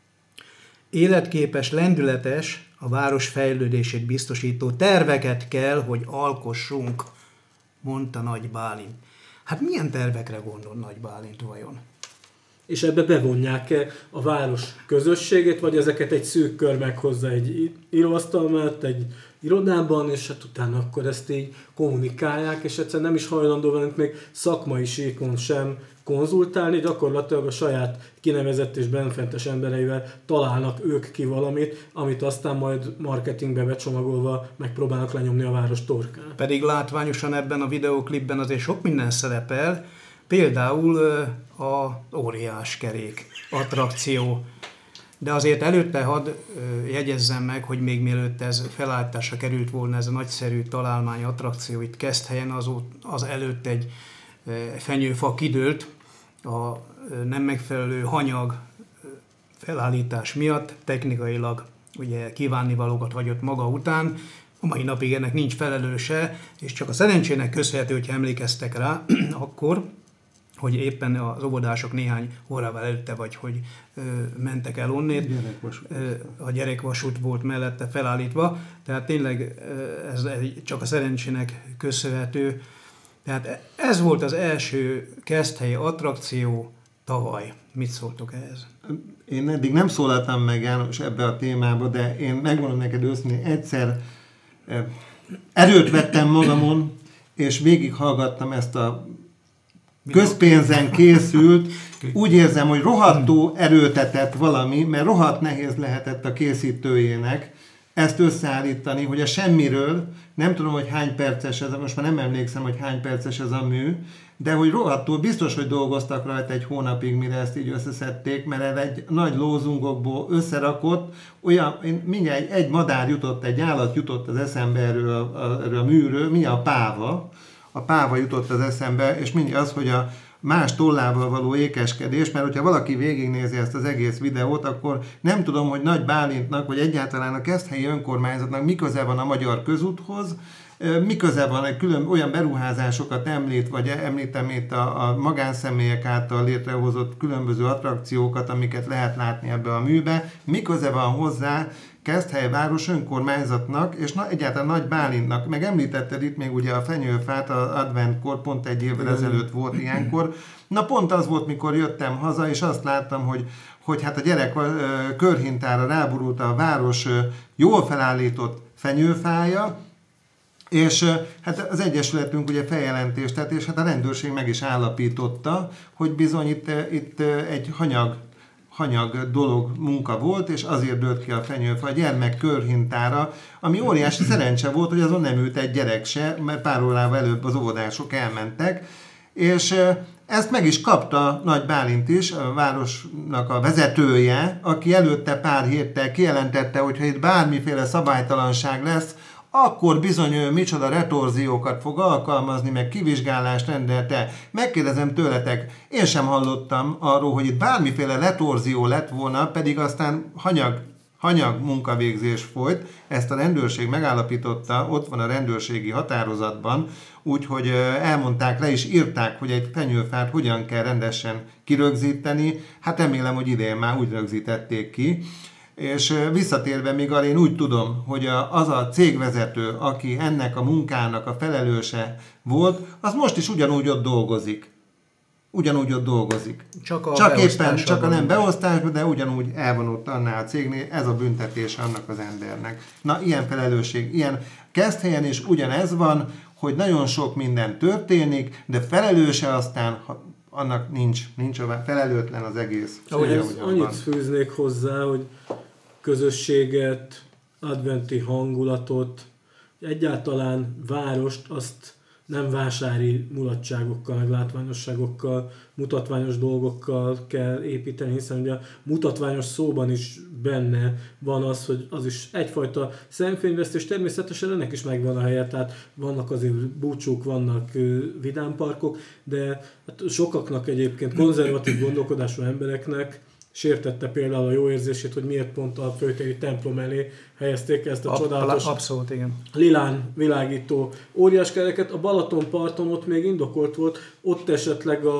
Életképes, lendületes, a város fejlődését biztosító terveket kell, hogy alkossunk, mondta Nagy Bálint. Hát milyen tervekre gondol Nagy Bálint vajon? és ebbe bevonják-e a város közösségét, vagy ezeket egy szűk kör meghozza egy íróasztal mellett, egy irodában, és hát utána akkor ezt így kommunikálják, és egyszerűen nem is hajlandó velünk még szakmai síkon sem konzultálni, gyakorlatilag a saját kinevezett és benfentes embereivel találnak ők ki valamit, amit aztán majd marketingbe becsomagolva megpróbálnak lenyomni a város torkán. Pedig látványosan ebben a videóklipben azért sok minden szerepel, például a óriás kerék attrakció. De azért előtte hadd jegyezzem meg, hogy még mielőtt ez felállításra került volna, ez a nagyszerű találmány attrakció itt Keszthelyen, az, az előtt egy fenyőfa kidőlt a nem megfelelő hanyag felállítás miatt, technikailag ugye kívánnivalókat hagyott maga után. A mai napig ennek nincs felelőse, és csak a szerencsének köszönhető, hogyha emlékeztek rá, akkor, hogy éppen az óvodások néhány órával előtte, vagy hogy ö, mentek el onnét. Gyerekvasút. A gyerekvasút volt mellette felállítva, tehát tényleg ez csak a szerencsének köszönhető. Tehát ez volt az első keszthelyi attrakció tavaly. Mit szóltok ehhez? Én eddig nem szólaltam meg, János, ebbe a témába, de én megmondom neked őszintén, egyszer erőt vettem magamon, és végighallgattam ezt a közpénzen készült, úgy érzem, hogy rohadtó erőltetett valami, mert rohadt nehéz lehetett a készítőjének ezt összeállítani, hogy a semmiről, nem tudom, hogy hány perces ez, most már nem emlékszem, hogy hány perces ez a mű, de hogy rohadtul biztos, hogy dolgoztak rajta egy hónapig, mire ezt így összeszedték, mert ez egy nagy lózungokból összerakott, olyan, mindjárt egy, egy madár jutott, egy állat jutott az eszembe erről a, erről a műről, mi a páva, a páva jutott az eszembe, és mindjárt az, hogy a más tollával való ékeskedés, mert hogyha valaki végignézi ezt az egész videót, akkor nem tudom, hogy Nagy Bálintnak, vagy egyáltalán a keszthelyi önkormányzatnak mi köze van a magyar közúthoz, mi köze van egy külön olyan beruházásokat említ, vagy említem itt a, a magánszemélyek által létrehozott különböző attrakciókat, amiket lehet látni ebbe a műbe, mi köze van hozzá Keszthely város önkormányzatnak, és na, egyáltalán Nagy Bálintnak. Meg említetted itt még ugye a fenyőfát, az adventkor, pont egy évvel ezelőtt volt ilyenkor. Na pont az volt, mikor jöttem haza, és azt láttam, hogy, hogy hát a gyerek körhintára ráborult a város jól felállított fenyőfája, és hát az Egyesületünk ugye feljelentést tett, és hát a rendőrség meg is állapította, hogy bizony itt, itt egy hanyag, hanyag dolog munka volt, és azért dőlt ki a fenyőfa a gyermek körhintára, ami óriási szerencse volt, hogy azon nem ült egy gyerek se, mert pár órával előbb az óvodások elmentek, és ezt meg is kapta Nagy Bálint is, a városnak a vezetője, aki előtte pár héttel kijelentette, hogy ha itt bármiféle szabálytalanság lesz, akkor bizony ő micsoda retorziókat fog alkalmazni, meg kivizsgálást rendelte. Megkérdezem tőletek, én sem hallottam arról, hogy itt bármiféle retorzió lett volna, pedig aztán hanyag, hanyag munkavégzés folyt. Ezt a rendőrség megállapította, ott van a rendőrségi határozatban, úgyhogy elmondták, le is írták, hogy egy fenyőfát hogyan kell rendesen kirögzíteni. Hát remélem, hogy idén már úgy rögzítették ki. És visszatérve még arra én úgy tudom, hogy az a cégvezető, aki ennek a munkának a felelőse volt, az most is ugyanúgy ott dolgozik. Ugyanúgy ott dolgozik. Csak, a csak éppen, csak a nem beosztásban, de ugyanúgy el van ott annál a cégnél, ez a büntetés annak az embernek. Na, ilyen felelősség, ilyen Keszthelyen is ugyanez van, hogy nagyon sok minden történik, de felelőse aztán, annak nincs, nincs a felelőtlen az egész. Ehhez annyit fűznék hozzá, hogy közösséget, adventi hangulatot, egyáltalán várost azt nem vásári mulatságokkal, meg látványosságokkal, mutatványos dolgokkal kell építeni, hiszen ugye a mutatványos szóban is benne van az, hogy az is egyfajta szemfényvesztés, természetesen ennek is megvan a helye, tehát vannak azért búcsúk, vannak vidámparkok, de hát sokaknak egyébként konzervatív gondolkodású embereknek sértette például a jó érzését, hogy miért pont a főtéri templom elé helyezték ezt a Ab, csodálatos abszolút, igen. lilán világító óriáskereket. A Balatonparton ott még indokolt volt, ott esetleg a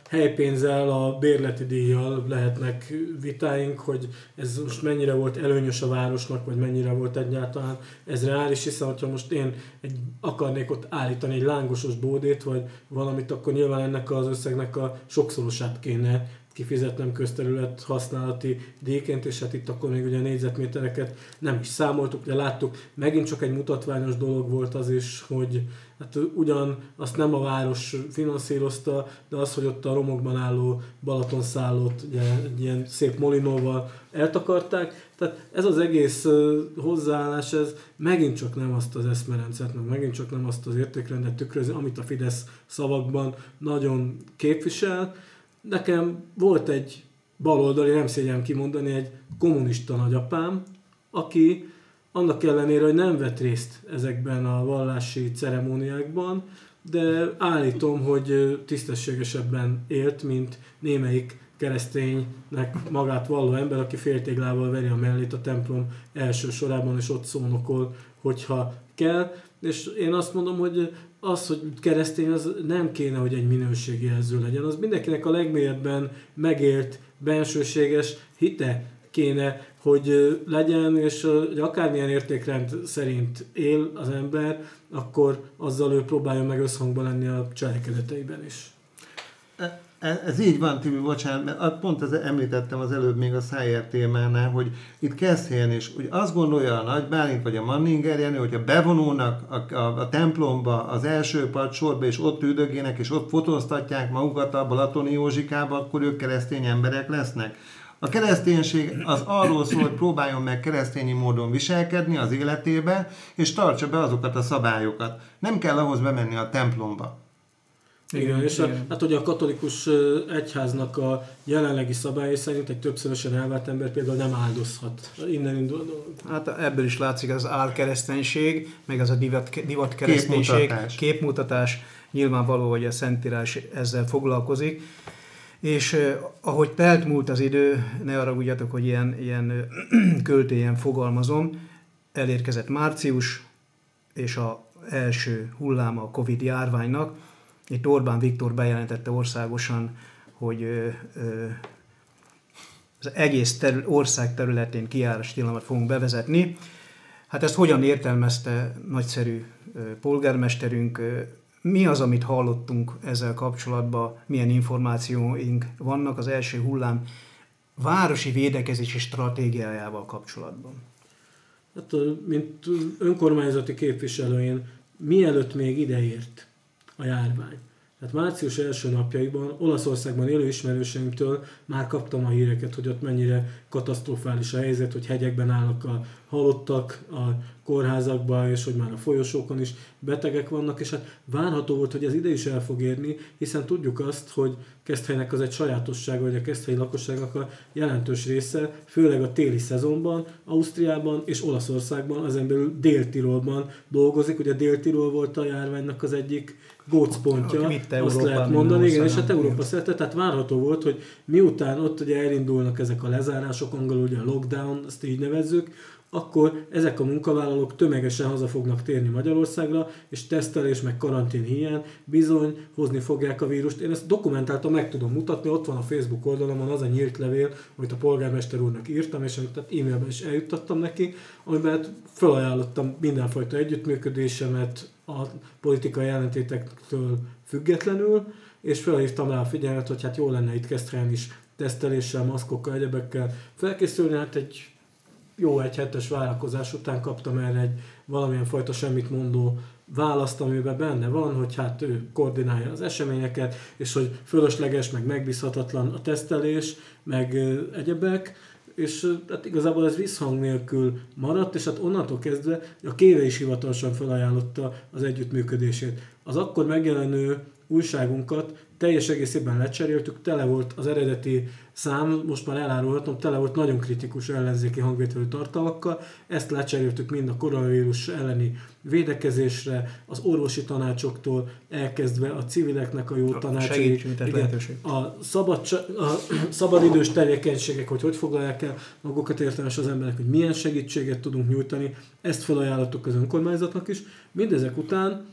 helypénzzel, a bérleti díjjal lehetnek vitáink, hogy ez most mennyire volt előnyös a városnak, vagy mennyire volt egyáltalán ez reális, hiszen hogyha most én egy, akarnék ott állítani egy lángosos bódét, vagy valamit, akkor nyilván ennek az összegnek a sokszorosát kéne kifizetnem közterület használati díjként, és hát itt akkor még ugye a négyzetmétereket nem is számoltuk, de láttuk, megint csak egy mutatványos dolog volt az is, hogy hát ugyan azt nem a város finanszírozta, de az, hogy ott a romokban álló Balatonszállót ugye egy ilyen szép molinóval eltakarták, tehát ez az egész hozzáállás, ez megint csak nem azt az eszmerendszert, meg megint csak nem azt az értékrendet tükrözi, amit a Fidesz szavakban nagyon képvisel. Nekem volt egy baloldali, nem szégyellem kimondani, egy kommunista nagyapám, aki annak ellenére, hogy nem vett részt ezekben a vallási ceremóniákban, de állítom, hogy tisztességesebben élt, mint némelyik kereszténynek magát valló ember, aki féltéglával veri a mellét a templom első sorában, és ott szónokol, hogyha kell. És én azt mondom, hogy az, hogy keresztény, az nem kéne, hogy egy minőségjelző legyen. Az mindenkinek a legmélyebben megélt, bensőséges hite kéne, hogy legyen, és hogy akármilyen értékrend szerint él az ember, akkor azzal ő próbáljon meg összhangban lenni a cselekedeteiben is. Ez így van, Tibi, bocsánat, mert pont ez, említettem az előbb még a Szájer témánál, hogy itt Keszthelyen is, hogy azt gondolja a Nagy Bálint vagy a Manninger Jenő, hogyha bevonulnak a, a, a templomba az első padsorba, és ott üldögének, és ott fotóztatják magukat a Balatoni Józsikába, akkor ők keresztény emberek lesznek. A kereszténység az arról szól, hogy próbáljon meg keresztényi módon viselkedni az életébe, és tartsa be azokat a szabályokat. Nem kell ahhoz bemenni a templomba. Igen, igen, és a, hát ugye a katolikus egyháznak a jelenlegi szabályai szerint egy többszörösen elvált ember például nem áldozhat. Innen indul a dolog. Hát ebből is látszik az álkereszténység, meg az a divat, divat kereszténység, képmutatás. képmutatás. Nyilvánvaló, hogy a Szentírás ezzel foglalkozik. És eh, ahogy telt múlt az idő, ne haragudjatok, hogy ilyen, ilyen költélyen fogalmazom, elérkezett március, és az első hulláma a Covid járványnak. Itt Orbán Viktor bejelentette országosan, hogy ö, ö, az egész terül, ország területén kijárási tilalmat fogunk bevezetni. Hát ezt hogyan értelmezte nagyszerű ö, polgármesterünk? Ö, mi az, amit hallottunk ezzel kapcsolatban? Milyen információink vannak az első hullám városi védekezési stratégiájával kapcsolatban? Hát, mint önkormányzati képviselő, én mielőtt még ideért a járvány. Tehát március első napjaiban Olaszországban élő ismerőseimtől már kaptam a híreket, hogy ott mennyire katasztrofális a helyzet, hogy hegyekben állnak a halottak a kórházakban, és hogy már a folyosókon is betegek vannak, és hát várható volt, hogy ez ide is el fog érni, hiszen tudjuk azt, hogy Keszthelynek az egy sajátossága, hogy a keszthelyi lakosságnak a jelentős része, főleg a téli szezonban, Ausztriában és Olaszországban, ezen belül Dél-Tirolban dolgozik. Ugye Dél-Tirol volt a járványnak az egyik gócpontja, azt lehet mondani, igen, és hát Európa szerte, tehát várható volt, hogy miután ott ugye elindulnak ezek a lezárások, angolul ugye a lockdown, ezt így nevezzük, akkor ezek a munkavállalók tömegesen haza fognak térni Magyarországra, és tesztelés meg karantén hiány bizony hozni fogják a vírust. Én ezt dokumentáltan meg tudom mutatni, ott van a Facebook oldalamon az a nyílt levél, amit a polgármester úrnak írtam, és amit e-mailben is eljuttattam neki, amiben felajánlottam mindenfajta együttműködésemet a politikai jelentétektől függetlenül, és felhívtam rá a figyelmet, hogy hát jó lenne itt Keszthelyen is teszteléssel, maszkokkal, egyebekkel felkészülni, hát egy jó egy hetes várakozás után kaptam erre egy valamilyen fajta semmit mondó választ, amiben benne van, hogy hát ő koordinálja az eseményeket, és hogy fölösleges, meg megbízhatatlan a tesztelés, meg egyebek, és hát igazából ez visszhang nélkül maradt, és hát onnantól kezdve a Kéve is hivatalosan felajánlotta az együttműködését. Az akkor megjelenő újságunkat teljes egészében lecseréltük, tele volt az eredeti szám, most már elárulhatom, tele volt nagyon kritikus ellenzéki hangvételű tartalmakkal, ezt lecseréltük mind a koronavírus elleni védekezésre, az orvosi tanácsoktól elkezdve a civileknek a jó tanácsai, a, szabad, a szabadidős tevékenységek, hogy hogy foglalják el magukat értelmes az emberek, hogy milyen segítséget tudunk nyújtani, ezt felajánlottuk az önkormányzatnak is. Mindezek után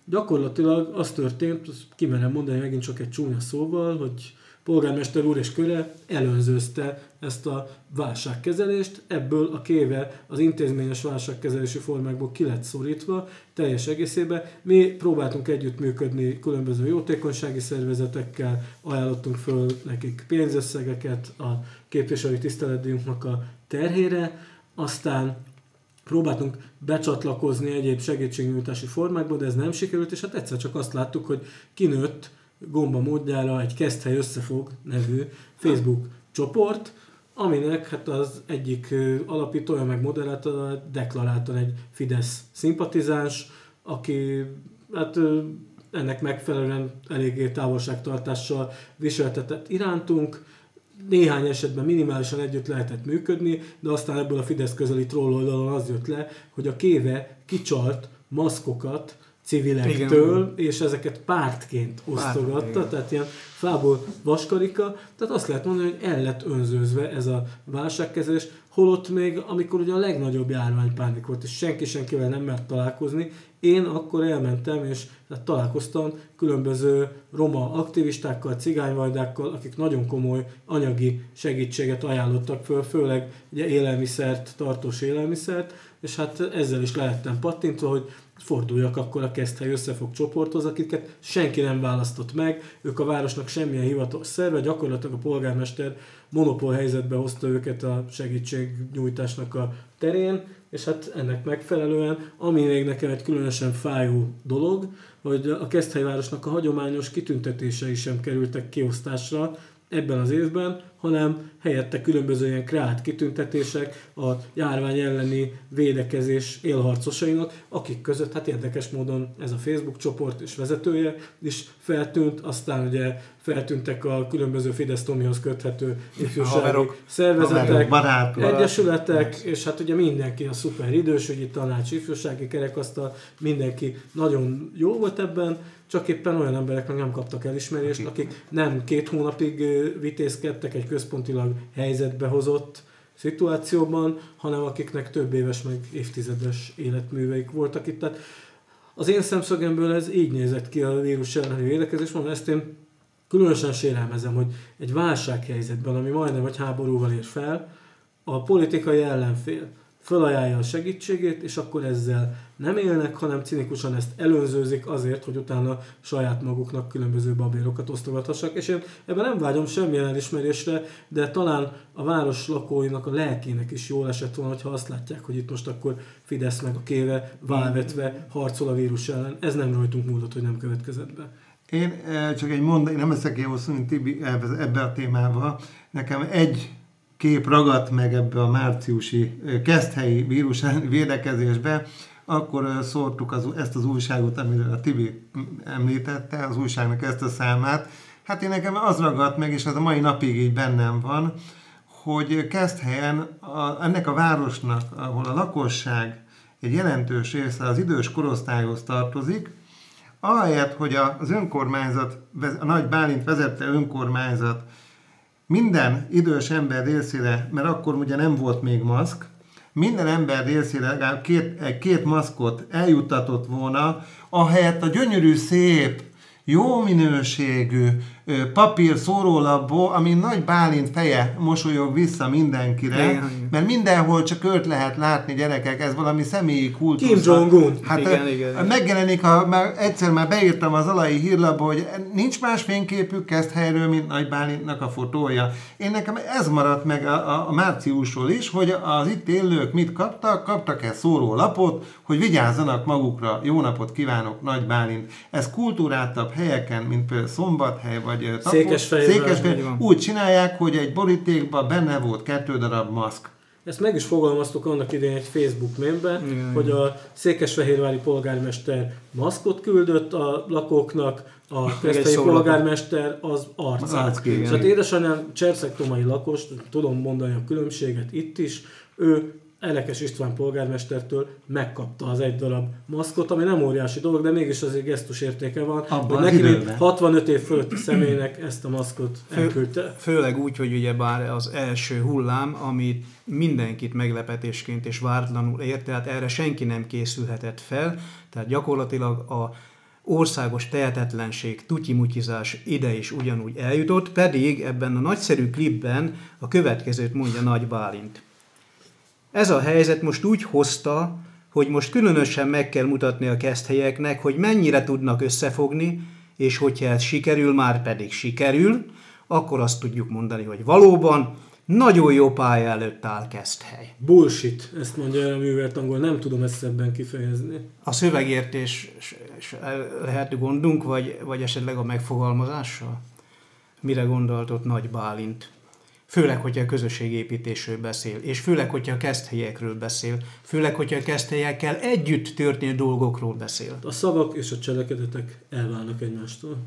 Gyakorlatilag az történt, azt kimerem mondani megint csak egy csúnya szóval, hogy polgármester úr és köre elönzőzte ezt a válságkezelést, ebből a kéve az intézményes válságkezelési formákból ki lett szorítva teljes egészében. Mi próbáltunk együttműködni különböző jótékonysági szervezetekkel, ajánlottunk föl nekik pénzösszegeket a képviselői tiszteletdíjunknak a terhére, aztán próbáltunk becsatlakozni egyéb segítségnyújtási formákba, de ez nem sikerült, és hát egyszer csak azt láttuk, hogy kinőtt gomba módjára egy Keszthely Összefog nevű Facebook csoport, aminek hát az egyik alapítója meg moderátora deklaráltan egy Fidesz szimpatizáns, aki hát ennek megfelelően eléggé távolságtartással viseltetett irántunk. Néhány esetben minimálisan együtt lehetett működni, de aztán ebből a Fidesz közeli troll oldalon az jött le, hogy a kéve kicsalt maszkokat civilektől, igen, és ezeket pártként osztogatta, Párt, tehát ilyen fából vaskarika, tehát azt lehet mondani, hogy el lett önzőzve ez a válságkezelés, holott még, amikor ugye a legnagyobb járványpánik volt, és senki senkivel nem mert találkozni, én akkor elmentem, és hát találkoztam különböző roma aktivistákkal, cigányvajdákkal, akik nagyon komoly anyagi segítséget ajánlottak föl, főleg ugye élelmiszert, tartós élelmiszert, és hát ezzel is lehettem pattintva, hogy forduljak akkor a Keszthely Összefog csoporthoz, akiket senki nem választott meg, ők a városnak semmilyen hivatalos szerve, gyakorlatilag a polgármester monopól helyzetbe hozta őket a segítségnyújtásnak a terén, és hát ennek megfelelően, ami még nekem egy különösen fájó dolog, hogy a Keszthely városnak a hagyományos kitüntetései sem kerültek kiosztásra ebben az évben, hanem helyette különböző ilyen kreált kitüntetések a járvány elleni védekezés élharcosainak, akik között hát érdekes módon ez a Facebook csoport és vezetője is feltűnt, aztán ugye feltűntek a különböző Fidesz-Tomihoz köthető ifjúsági haverok, szervezetek, haverok, barátok, egyesületek, barátok. És hát ugye mindenki, a szuper idősügyi tanács, ifjúsági kerekasztal, mindenki nagyon jó volt ebben, csak éppen olyan emberek meg nem kaptak elismerést, akik nem két hónapig vitézkedtek egy központilag helyzetbe hozott szituációban, hanem akiknek több éves, meg évtizedes életműveik voltak itt. Tehát az én szemszögemből ez így nézett ki a vírus elleni védekezés, mondom, ezt én különösen sérelmezem, hogy egy válsághelyzetben, ami majdnem vagy háborúval ér fel, a politikai ellenfél felajánlja a segítségét, és akkor ezzel nem élnek, hanem cinikusan ezt elönzőzik azért, hogy utána saját maguknak különböző babérokat osztogathassak. És én ebben nem vágyom semmilyen elismerésre, de talán a város lakóinak a lelkének is jól esett volna, ha azt látják, hogy itt most akkor Fidesz meg a kéve válvetve harcol a vírus ellen. Ez nem rajtunk múlott, hogy nem következett be. Én csak egy mondat, nem leszek ilyen hosszú, mint Tibi ebbe a témával. Nekem egy kép ragadt meg ebbe a márciusi keszthelyi vírus védekezésbe, akkor szórtuk az, ezt az újságot, amiről a Tibi említette, az újságnak ezt a számát. Hát én nekem az ragadt meg, és az a mai napig így bennem van, hogy Keszthelyen a, ennek a városnak, ahol a lakosság egy jelentős része az idős korosztályhoz tartozik, ahelyett, hogy az önkormányzat, a Nagy Bálint vezette önkormányzat minden idős ember részére, mert akkor ugye nem volt még maszk, minden ember részére legalább két, két maszkot eljuttatott volna, ahelyett a gyönyörű, szép, jó minőségű papír szórólapból, ami Nagy Bálint feje mosolyog vissza mindenkire, igen, mert mindenhol csak őt lehet látni, gyerekek, ez valami személyi kultusz. Kim Jong-un. Hát igen, igen. Megjelenik, a, már egyszer már beírtam az alai hírlapba, hogy nincs más fényképük Keszthelyről, mint Nagy Bálintnak a fotója. Én nekem ez maradt meg a, a, a márciusról is, hogy az itt élők mit kaptak, kaptak-e szórólapot, hogy vigyázzanak magukra, jó napot kívánok, Nagy Bálint. Ez kultúráltabb helyeken, mint például Szombathely, vagy Székesfehérvár, úgy csinálják, hogy egy borítékban benne volt kettő darab maszk. Ezt meg is fogalmaztuk annak idején egy Facebook mémben, mm. hogy a székesfehérvári polgármester maszkot küldött a lakóknak, a keszthelyi polgármester az arcát. És hát édesanyám cserszegtomai lakos, tudom mondani a különbséget itt is, ő Elekes István polgármestertől megkapta az egy darab maszkot, ami nem óriási dolog, de mégis azért gesztus értéke van, abban hogy neki mint hatvanöt év fölötti személynek ezt a maszkot elküldte. Fő, főleg úgy, hogy ugyebár az első hullám, amit mindenkit meglepetésként és váratlanul ért, tehát erre senki nem készülhetett fel, tehát gyakorlatilag a országos tehetetlenség, tutyimutyizás ide is ugyanúgy eljutott, pedig ebben a nagyszerű klipben a következőt mondja Nagy Bálint. Ez a helyzet most úgy hozta, hogy most különösen meg kell mutatni a keszthelyeknek, hogy mennyire tudnak összefogni, és hogyha ez sikerül, már pedig sikerül, akkor azt tudjuk mondani, hogy valóban nagyon jó pálya előtt áll Keszthely. Bullshit, ezt mondja a művelt angol, nem tudom ezt szebben kifejezni. A szövegértés lehet gondunk, vagy, vagy esetleg a megfogalmazással? Mire gondolt ott Nagy Bálint? Főleg, hogyha a közösségépítésről beszél, és főleg, hogyha a keszthelyekről beszél, főleg, hogyha a keszthelyekkel együtt történő dolgokról beszél. A szavak és a cselekedetek elválnak egymástól.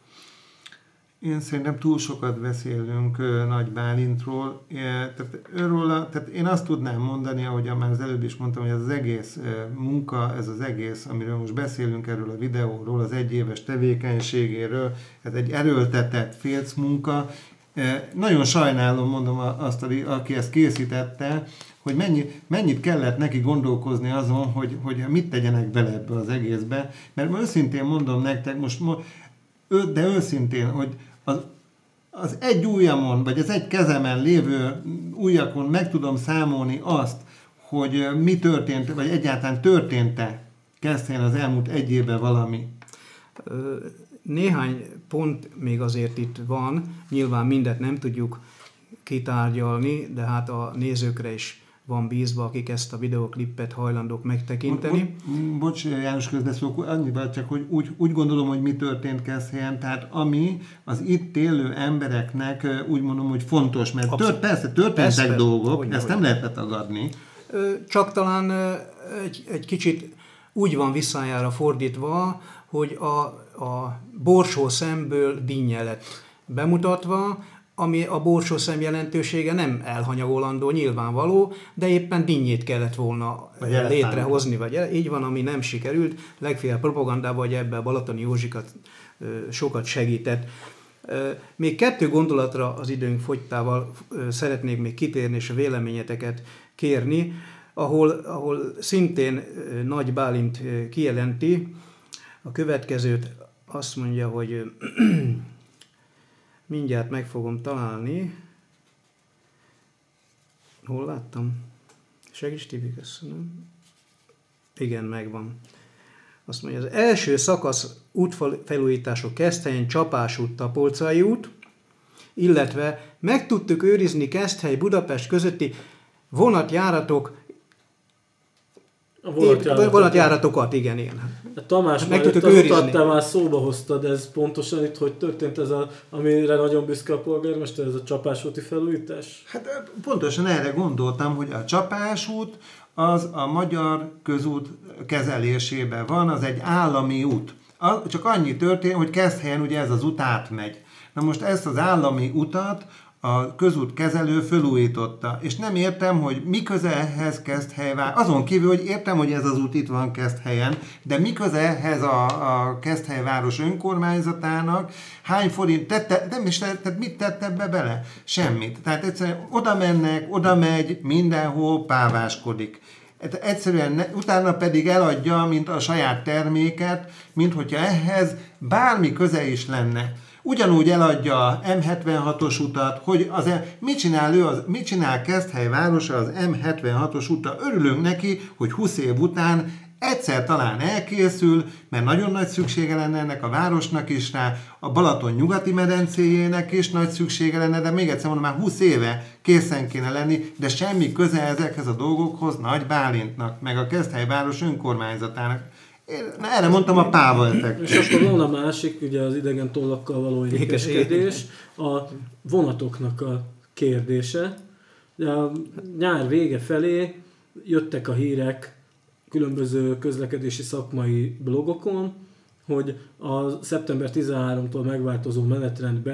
Én szerintem túl sokat beszélünk uh, Nagy Bálintról. É, tehát, őről, tehát én azt tudnám mondani, ahogy már az előbb is mondtam, hogy ez az egész uh, munka, ez az egész, amiről most beszélünk, erről a videóról, az egyéves tevékenységéről, ez egy erőltetett félc munka. Uh, nagyon sajnálom, mondom azt, aki ezt készítette, hogy mennyi, mennyit kellett neki gondolkozni azon, hogy, hogy mit tegyenek bele ebbe az egészbe. Mert őszintén mondom nektek, most de őszintén, hogy az, az egy ujjamon, vagy az egy kezemen lévő ujjakon meg tudom számolni azt, hogy mi történt, vagy egyáltalán történt-e Keszthelyen az elmúlt egy évben valami. Néhány pont még azért itt van, nyilván mindet nem tudjuk kitárgyalni, de hát a nézőkre is van bízva, akik ezt a videoklippet hajlandók megtekinteni. Bo- bocs, János, közbeszólok, annyival csak, hogy úgy, úgy gondolom, hogy mi történt Keszthelyen, tehát ami az itt élő embereknek úgy mondom, hogy fontos, mert tört, persze történtek persze, dolgok, hogy ezt nem lehetett tagadni. Csak talán egy, egy kicsit úgy van visszájára fordítva, hogy a, a borsó szemből dinnye lett bemutatva, ami a borsószem jelentősége nem elhanyagolandó, nyilvánvaló, de éppen dinnyét kellett volna vagy létrehozni, vagy így van, ami nem sikerült, legfeljebb propagandában, vagy ebben Balatoni Józsikat sokat segített. Még kettő gondolatra az időnk fogytával szeretnék még kitérni, és a véleményeteket kérni, ahol, ahol szintén Nagy Bálint kijelenti a következőt, azt mondja, hogy mindjárt meg fogom találni. Hol láttam? Segíts, Tibi, köszönöm. Igen, megvan. Azt mondja, az első szakasz útfelújítások Keszthelyen Csapás út, Tapolcai út, illetve meg tudtuk őrizni Keszthely Budapest közötti vonatjáratok A vonatjáratokat. vonatjáratokat, igen, igen. De Tamás, meg már tudtuk az őrizni. utat te már szóba hoztad, ez pontosan itt, hogy történt ez, a, amire nagyon büszke a polgármester, ez a Csapásúti felújítás? Hát pontosan erre gondoltam, hogy a Csapásút az a magyar közút kezelésében van, az egy állami út. Csak annyi történt, hogy Keszthelyen ugye ez az út átmegy. Na most ezt az állami utat a közútkezelő fölújította. És nem értem, hogy mi köze ehhez Keszthely vár. Azon kívül, hogy értem, hogy ez az út itt van Keszthelyen, de mi köze ehhez a, a Keszthely város önkormányzatának, hány forint, tette, nem is tehát mit tett ebbe bele? Semmit. Tehát egyszerűen oda mennek, oda megy, mindenhol páváskodik. Egyszerűen ne, utána pedig eladja, mint a saját terméket, mint hogyha ehhez bármi köze is lenne. Ugyanúgy eladja a em hetvenhatos utat, hogy az, mit csinál ő, az, mit csinál Keszthely városa az em hetvenhatos uta. Örülünk neki, hogy húsz év után egyszer talán elkészül, mert nagyon nagy szüksége lenne ennek a városnak is rá, a Balaton nyugati medencéjének is nagy szüksége lenne, de még egyszer mondom, már húsz éve készen kéne lenni, de semmi köze ezekhez a dolgokhoz Nagy Bálintnak, meg a Keszthely város önkormányzatának. Én erre mondtam a páva effektus. És akkor van a másik, ugye az idegen tollakkal való érdekeskedés, a vonatoknak a kérdése. De a nyár vége felé jöttek a hírek különböző közlekedési szakmai blogokon, hogy a szeptember tizenharmadikától megváltozó menetrendben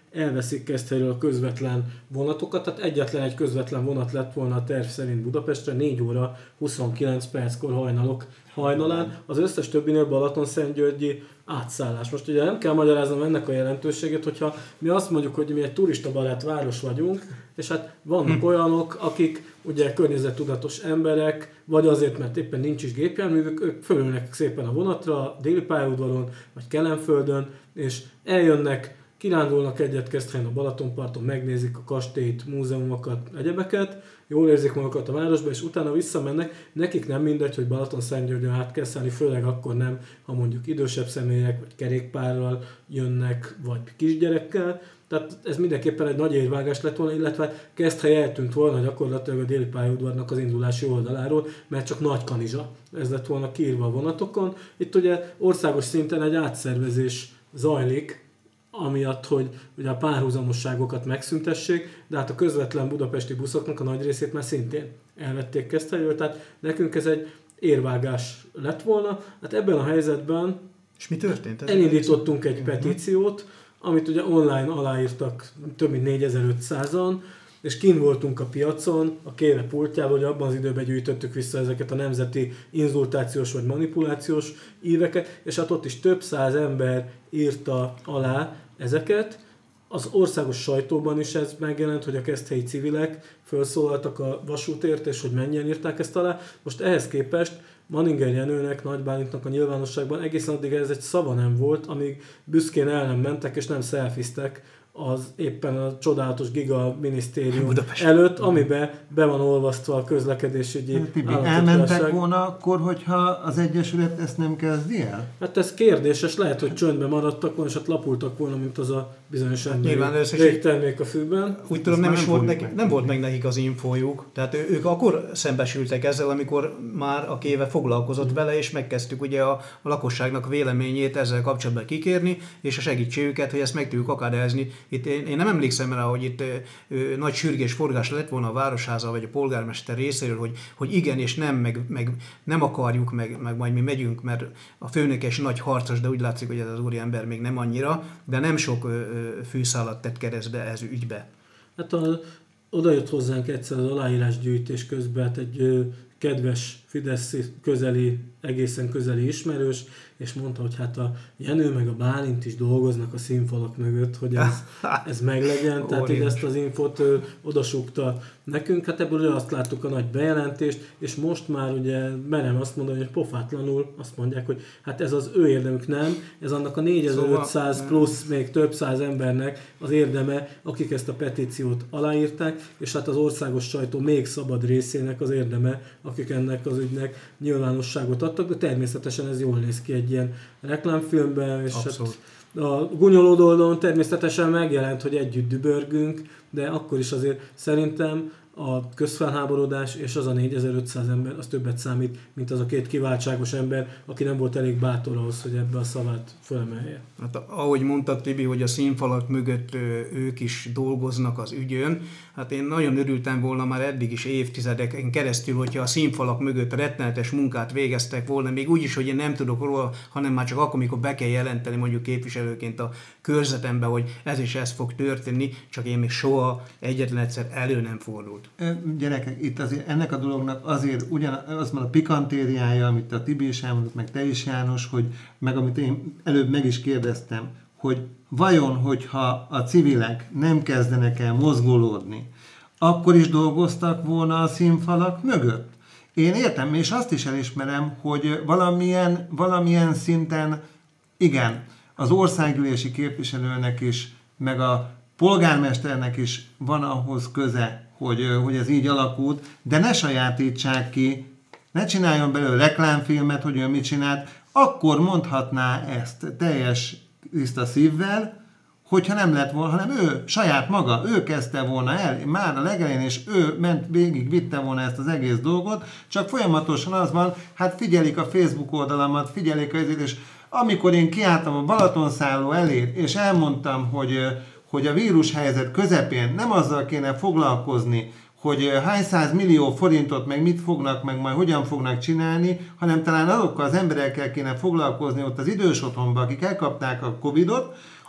elveszik Keszthelyről a közvetlen vonatokat, tehát egyetlen egy közvetlen vonat lett volna a terv szerint Budapestre négy óra huszonkilenc perckor hajnalok hajnalán, az összes többinél Balatonszentgyörgyi átszállás. Most ugye nem kell magyaráznom ennek a jelentőségét, hogyha mi azt mondjuk, hogy mi egy turistabarát város vagyunk, és hát vannak hm. olyanok, akik ugye környezettudatos emberek, vagy azért, mert éppen nincs is gépjárművük, ők fölülnek szépen a vonatra, déli pályaudvaron, vagy Kelenföldön, és eljönnek, kirándulnak egyet Keszthelyen a Balatonparton, megnézik a kastélyt, múzeumokat, egyebeket, jól érzik magukat a városba, és utána visszamennek. Nekik nem mindegy, hogy Balatonszentgyörgyön át kell szállni, főleg akkor nem, ha mondjuk idősebb személyek, vagy kerékpárral jönnek, vagy kisgyerekkel. Tehát ez mindenképpen egy nagy érvágás lett volna, illetve Keszthely eltűnt volna gyakorlatilag a déli pályaudvarnak az indulási oldaláról, mert csak Nagykanizsa. Ez lett volna kiírva a vonatokon. Itt ugye országos szinten egy átszervezés zajlik, amiatt, hogy ugye a párhuzamosságokat megszüntessék, de hát a közvetlen budapesti buszoknak a nagy részét már szintén elvették Keszthelyről, tehát nekünk ez egy érvágás lett volna. Hát ebben a helyzetben és mi történt? Ez elindítottunk egy petíciót, amit ugye online aláírtak több mint négyezer-ötszázan, és kint voltunk a piacon, a Kéve pultjában, hogy abban az időben gyűjtöttük vissza ezeket a nemzeti inzultációs vagy manipulációs íveket, és hát ott is több száz ember írta alá ezeket. Az országos sajtóban is ez megjelent, hogy a keszthelyi civilek felszólaltak a vasútért, és hogy mennyien írták ezt alá. Most ehhez képest Manninger Jenőnek, Nagy Bálintnak a nyilvánosságban egészen addig ez egy szava nem volt, amíg büszkén el nem mentek és nem szelfiztek az éppen a csodálatos giga minisztérium Budapest előtt, amiben be van olvasztva a közlekedésügyi Tibi, elmentek volna akkor, hogyha az Egyesület ezt nem kezdi el? Hát ez kérdéses, lehet, hogy csöndben maradtak volna, és hát lapultak volna, mint az a bizonyos végtermék a fűben. Úgy tudom, nem, is volt neki, nem volt meg nekik az infójuk. Tehát ő, ők akkor szembesültek ezzel, amikor már a Kéve foglalkozott vele, és megkezdtük ugye a, a lakosságnak véleményét ezzel kapcsolatban kikérni, és a segítségüket, hogy ezt meg tudjuk akadályozni. Itt én, én nem emlékszem rá, hogy itt ö, nagy sürgés forgás lett volna a Városháza vagy a polgármester részéről, hogy, hogy igen és nem, meg, meg nem akarjuk, meg, meg majd mi megyünk, mert a főnökes nagy harcos, de úgy látszik, hogy ez az úriember még nem annyira, de nem sok ö, ö, fűszálat tett keresztbe ez ügybe. Hát a, oda jött hozzánk egyszer az aláírásgyűjtés közben, hát egy ö, kedves Fidesz közeli, egészen közeli ismerős, és mondta, hogy hát a Jenő meg a Bálint is dolgoznak a színfalak mögött, hogy ez, ez meglegyen, tehát így ezt az infót ö, odasúgta nekünk, hát ebből azt láttuk a nagy bejelentést, és most már ugye merem azt mondani, hogy pofátlanul azt mondják, hogy hát ez az ő érdemük, nem, ez annak a négyezer-ötszáz szóval, plusz még több száz embernek az érdeme, akik ezt a petíciót aláírták, és hát az országos sajtó még szabad részének az érdeme, akik ennek az ügynek nyilvánosságot adtak, de természetesen ez jól néz ki egy ilyen reklámfilmben, és hát a gúnyolódó oldalon természetesen megjelent, hogy együtt dübörgünk, de akkor is azért szerintem a közfelháborodás és az a négyezer-ötszáz ember, az többet számít, mint az a két kiváltságos ember, aki nem volt elég bátor ahhoz, hogy ebbe a szavát fölemelje. Hát ahogy mondtad, Tibi, hogy a színfalak mögött ők is dolgoznak az ügyön, hát én nagyon örültem volna már eddig is évtizedeken keresztül, hogyha a színfalak mögött rettenetes munkát végeztek volna, még úgy is, hogy én nem tudok róla, hanem már csak akkor, amikor be kell jelenteni mondjuk képviselőként a körzetembe, hogy ez és ez fog történni, csak én még soha egyetlen egyszer elő nem fordult. Gyerekek, itt azért ennek a dolognak azért ugyanaz van a pikantériája, amit a Tibi is elmondott, meg te is, János, hogy meg amit én előbb meg is kérdeztem, hogy vajon, hogyha a civilek nem kezdenek el mozgolódni, akkor is dolgoztak volna a színfalak mögött? Én értem, és azt is elismerem, hogy valamilyen, valamilyen szinten, igen, az országgyűlési képviselőnek is, meg a polgármesternek is van ahhoz köze, hogy, hogy ez így alakult, de ne sajátítsák ki, ne csináljon belőle reklámfilmet, hogy ő mit csinált, akkor mondhatná ezt teljes tiszta szívvel, hogyha nem lett volna, hanem ő saját maga, ő kezdte volna el, már a legelején, és ő ment végig, vitte volna ezt az egész dolgot, csak folyamatosan az van, hát figyelik a Facebook oldalamat, figyelik azért, és amikor én kiálltam a Balatonszálló elé, és elmondtam, hogy hogy a vírushelyzet közepén nem azzal kéne foglalkozni, hogy hány száz millió forintot meg mit fognak, meg majd hogyan fognak csinálni, hanem talán azokkal az emberekkel kéne foglalkozni ott az idős otthonban, akik elkapták a Covidot,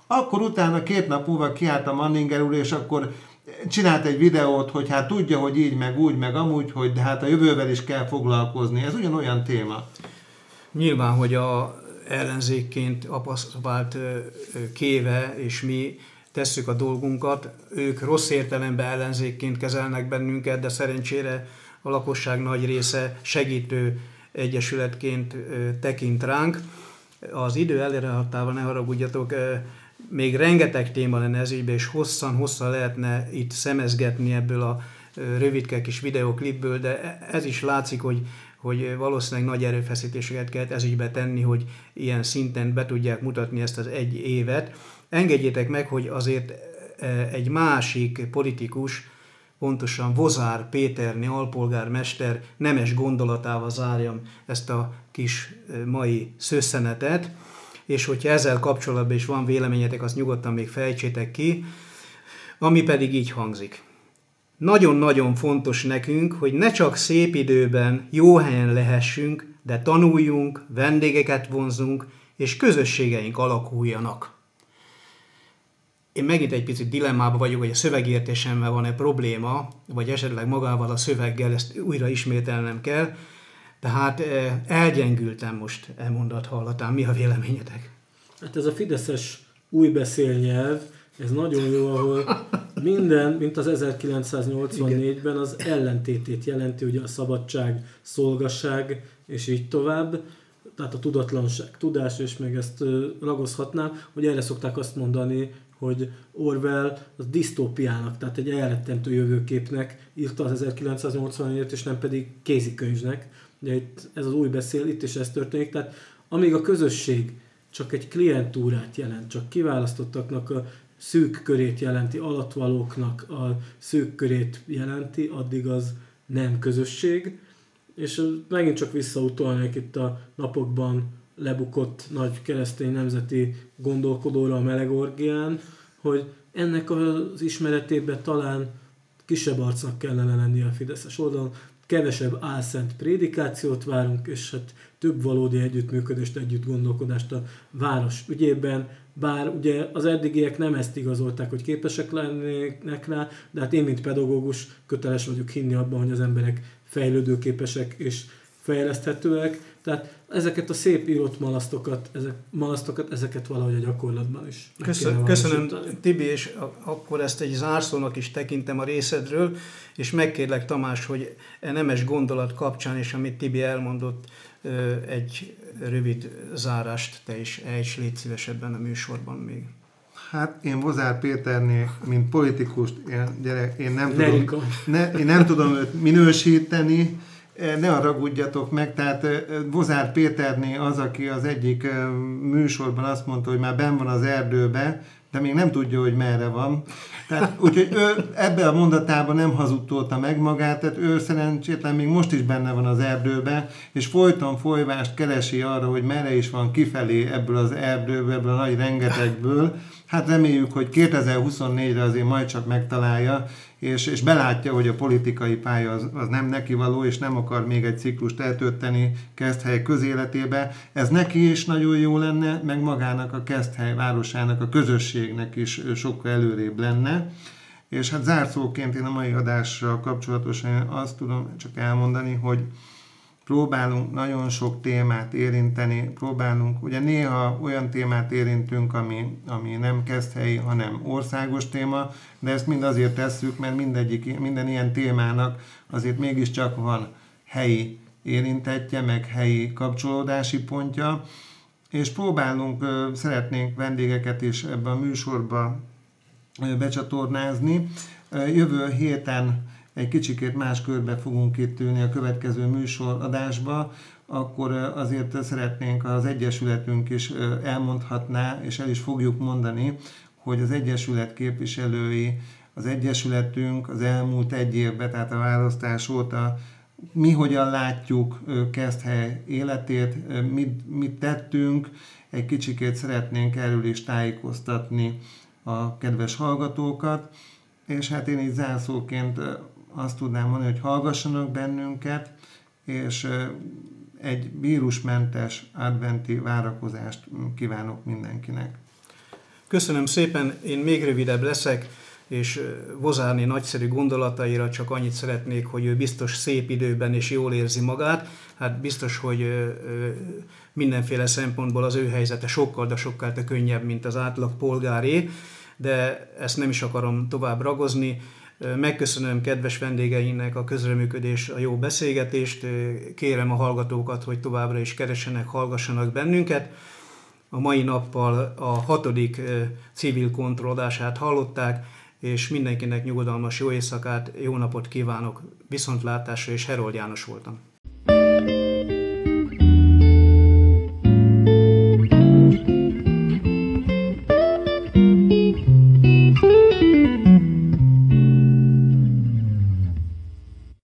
Akkor utána két nap múlva kiállt a Manninger úr, és akkor csinált egy videót, hogy hát tudja, hogy így, meg úgy, meg amúgy, hogy de hát a jövővel is kell foglalkozni. Ez ugyanolyan téma. Nyilván, hogy a ellenzékként apasztált Kéve és mi tesszük a dolgunkat, ők rossz értelemben ellenzékként kezelnek bennünket, de szerencsére a lakosság nagy része segítő egyesületként tekint ránk. Az idő előrehaladtával ne haragudjatok, még rengeteg téma lenne ez ügyben, és hosszan-hosszan lehetne itt szemezgetni ebből a rövidke kis videoklipből, de ez is látszik, hogy, hogy valószínűleg nagy erőfeszítéseket kellett ez ügybe tenni, hogy ilyen szinten be tudják mutatni ezt az egy évet. Engedjétek meg, hogy azért egy másik politikus, pontosan Vozár Péterné alpolgármester nemes gondolatával zárjam ezt a kis mai szösszenetet, és hogyha ezzel kapcsolatban is van véleményetek, azt nyugodtan még fejtsétek ki, ami pedig így hangzik. Nagyon-nagyon fontos nekünk, hogy ne csak szép időben jó helyen lehessünk, de tanuljunk, vendégeket vonzunk, és közösségeink alakuljanak. Én megint egy picit dilemmában vagyok, hogy a szövegértésemmel van-e probléma, vagy esetleg magával a szöveggel, ezt újra ismételnem kell. Tehát elgyengültem most e mondat hallatán. Mi a véleményetek? Hát ez a fideszes új beszélnyelv, ez nagyon jó, ahol minden, mint az ezerkilencszáznyolcvannégyben az ellentétét jelenti, ugye a szabadság, szolgasság, és így tovább. Tehát a tudatlanság, tudás, és meg ezt ragozhatnám, hogy erre szokták azt mondani, hogy Orwell az disztópiának, tehát egy elrettentő jövőképnek írta az ezerkilencszáznyolcvannégyet, és nem pedig kézikönyvnek. Ugye itt ez az új beszél, itt is ez történik. Tehát amíg a közösség csak egy klientúrát jelent, csak kiválasztottaknak a szűk körét jelenti, alattvalóknak a szűk körét jelenti, addig az nem közösség. És megint csak visszautalnék itt a napokban lebukott nagy keresztény nemzeti gondolkodóra a Melegorgián, hogy ennek az ismeretében talán kisebb arcnak kellene lennie a fideszes oldalon, kevesebb álszent prédikációt várunk, és hát több valódi együttműködést, együtt gondolkodást a város ügyében, bár ugye az eddigiek nem ezt igazolták, hogy képesek lennének rá, de hát én, mint pedagógus köteles vagyok hinni abban, hogy az emberek fejlődőképesek és fejleszthetőek, tehát ezeket a szép írott malasztokat, ezek, malasztokat, ezeket valahogy a gyakorlatban is. Köszön, köszönöm, Tibi, és akkor ezt egy zárszónak is tekintem a részedről, és megkérlek, Tamás, hogy e nemes gondolat kapcsán, és amit Tibi elmondott, egy rövid zárást te is ejts, légy szívesebben a műsorban még. Hát én Vozár Péternél, mint politikust, én, gyere, én, nem tudom, ne, én nem tudom őt minősíteni, ne haragudjatok meg, tehát Vozár Péterné az, aki az egyik műsorban azt mondta, hogy már benn van az erdőbe, de még nem tudja, hogy merre van. Tehát, úgyhogy ő ebben a mondatában nem hazudtolta meg magát, tehát ő szerencsétlen még most is benne van az erdőben, és folyton folyvást keresi arra, hogy merre is van kifelé ebből az erdőből, ebből a nagy rengetegből. Hát reméljük, hogy kétezer-huszonnégyre azért majd csak megtalálja, és, és belátja, hogy a politikai pálya az, az nem neki való, és nem akar még egy ciklust eltölteni Keszthely közéletébe. Ez neki is nagyon jó lenne, meg magának a Keszthely városának, a közösségnek is sokkal előrébb lenne. És hát zárszóként én a mai adással kapcsolatosan azt tudom csak elmondani, hogy próbálunk nagyon sok témát érinteni, próbálunk, ugye néha olyan témát érintünk, ami, ami nem keszthelyi, hanem országos téma, de ezt mind azért tesszük, mert mindegyik, minden ilyen témának azért mégiscsak van helyi érintettje, meg helyi kapcsolódási pontja, és próbálunk, szeretnénk vendégeket is ebben a műsorba becsatornázni. Jövő héten egy kicsikét más körbe fogunk itt ülni a következő műsoradásba, akkor azért szeretnénk, az Egyesületünk is elmondhatná, és el is fogjuk mondani, hogy az Egyesület képviselői, az Egyesületünk az elmúlt egy évben, tehát a választás óta mi hogyan látjuk Keszthely életét, mit, mit tettünk, egy kicsikét szeretnénk erről is tájékoztatni a kedves hallgatókat, és hát én így zárszóként azt tudnám mondani, hogy hallgassanak bennünket, és egy vírusmentes adventi várakozást kívánok mindenkinek. Köszönöm szépen, én még rövidebb leszek, és Vozárné nagyszerű gondolataira csak annyit szeretnék, hogy ő biztos szép időben és jól érzi magát. Hát biztos, hogy mindenféle szempontból az ő helyzete sokkal, de sokkal könnyebb, mint az átlag polgáré, de ezt nem is akarom tovább ragozni. Megköszönöm kedves vendégeinknek a közreműködés, a jó beszélgetést. Kérem a hallgatókat, hogy továbbra is keressenek, hallgassanak bennünket. A mai nappal a hatodik civil kontrollodását hallották, és mindenkinek nyugodalmas jó éjszakát, jó napot kívánok, viszontlátásra, és Herold János voltam.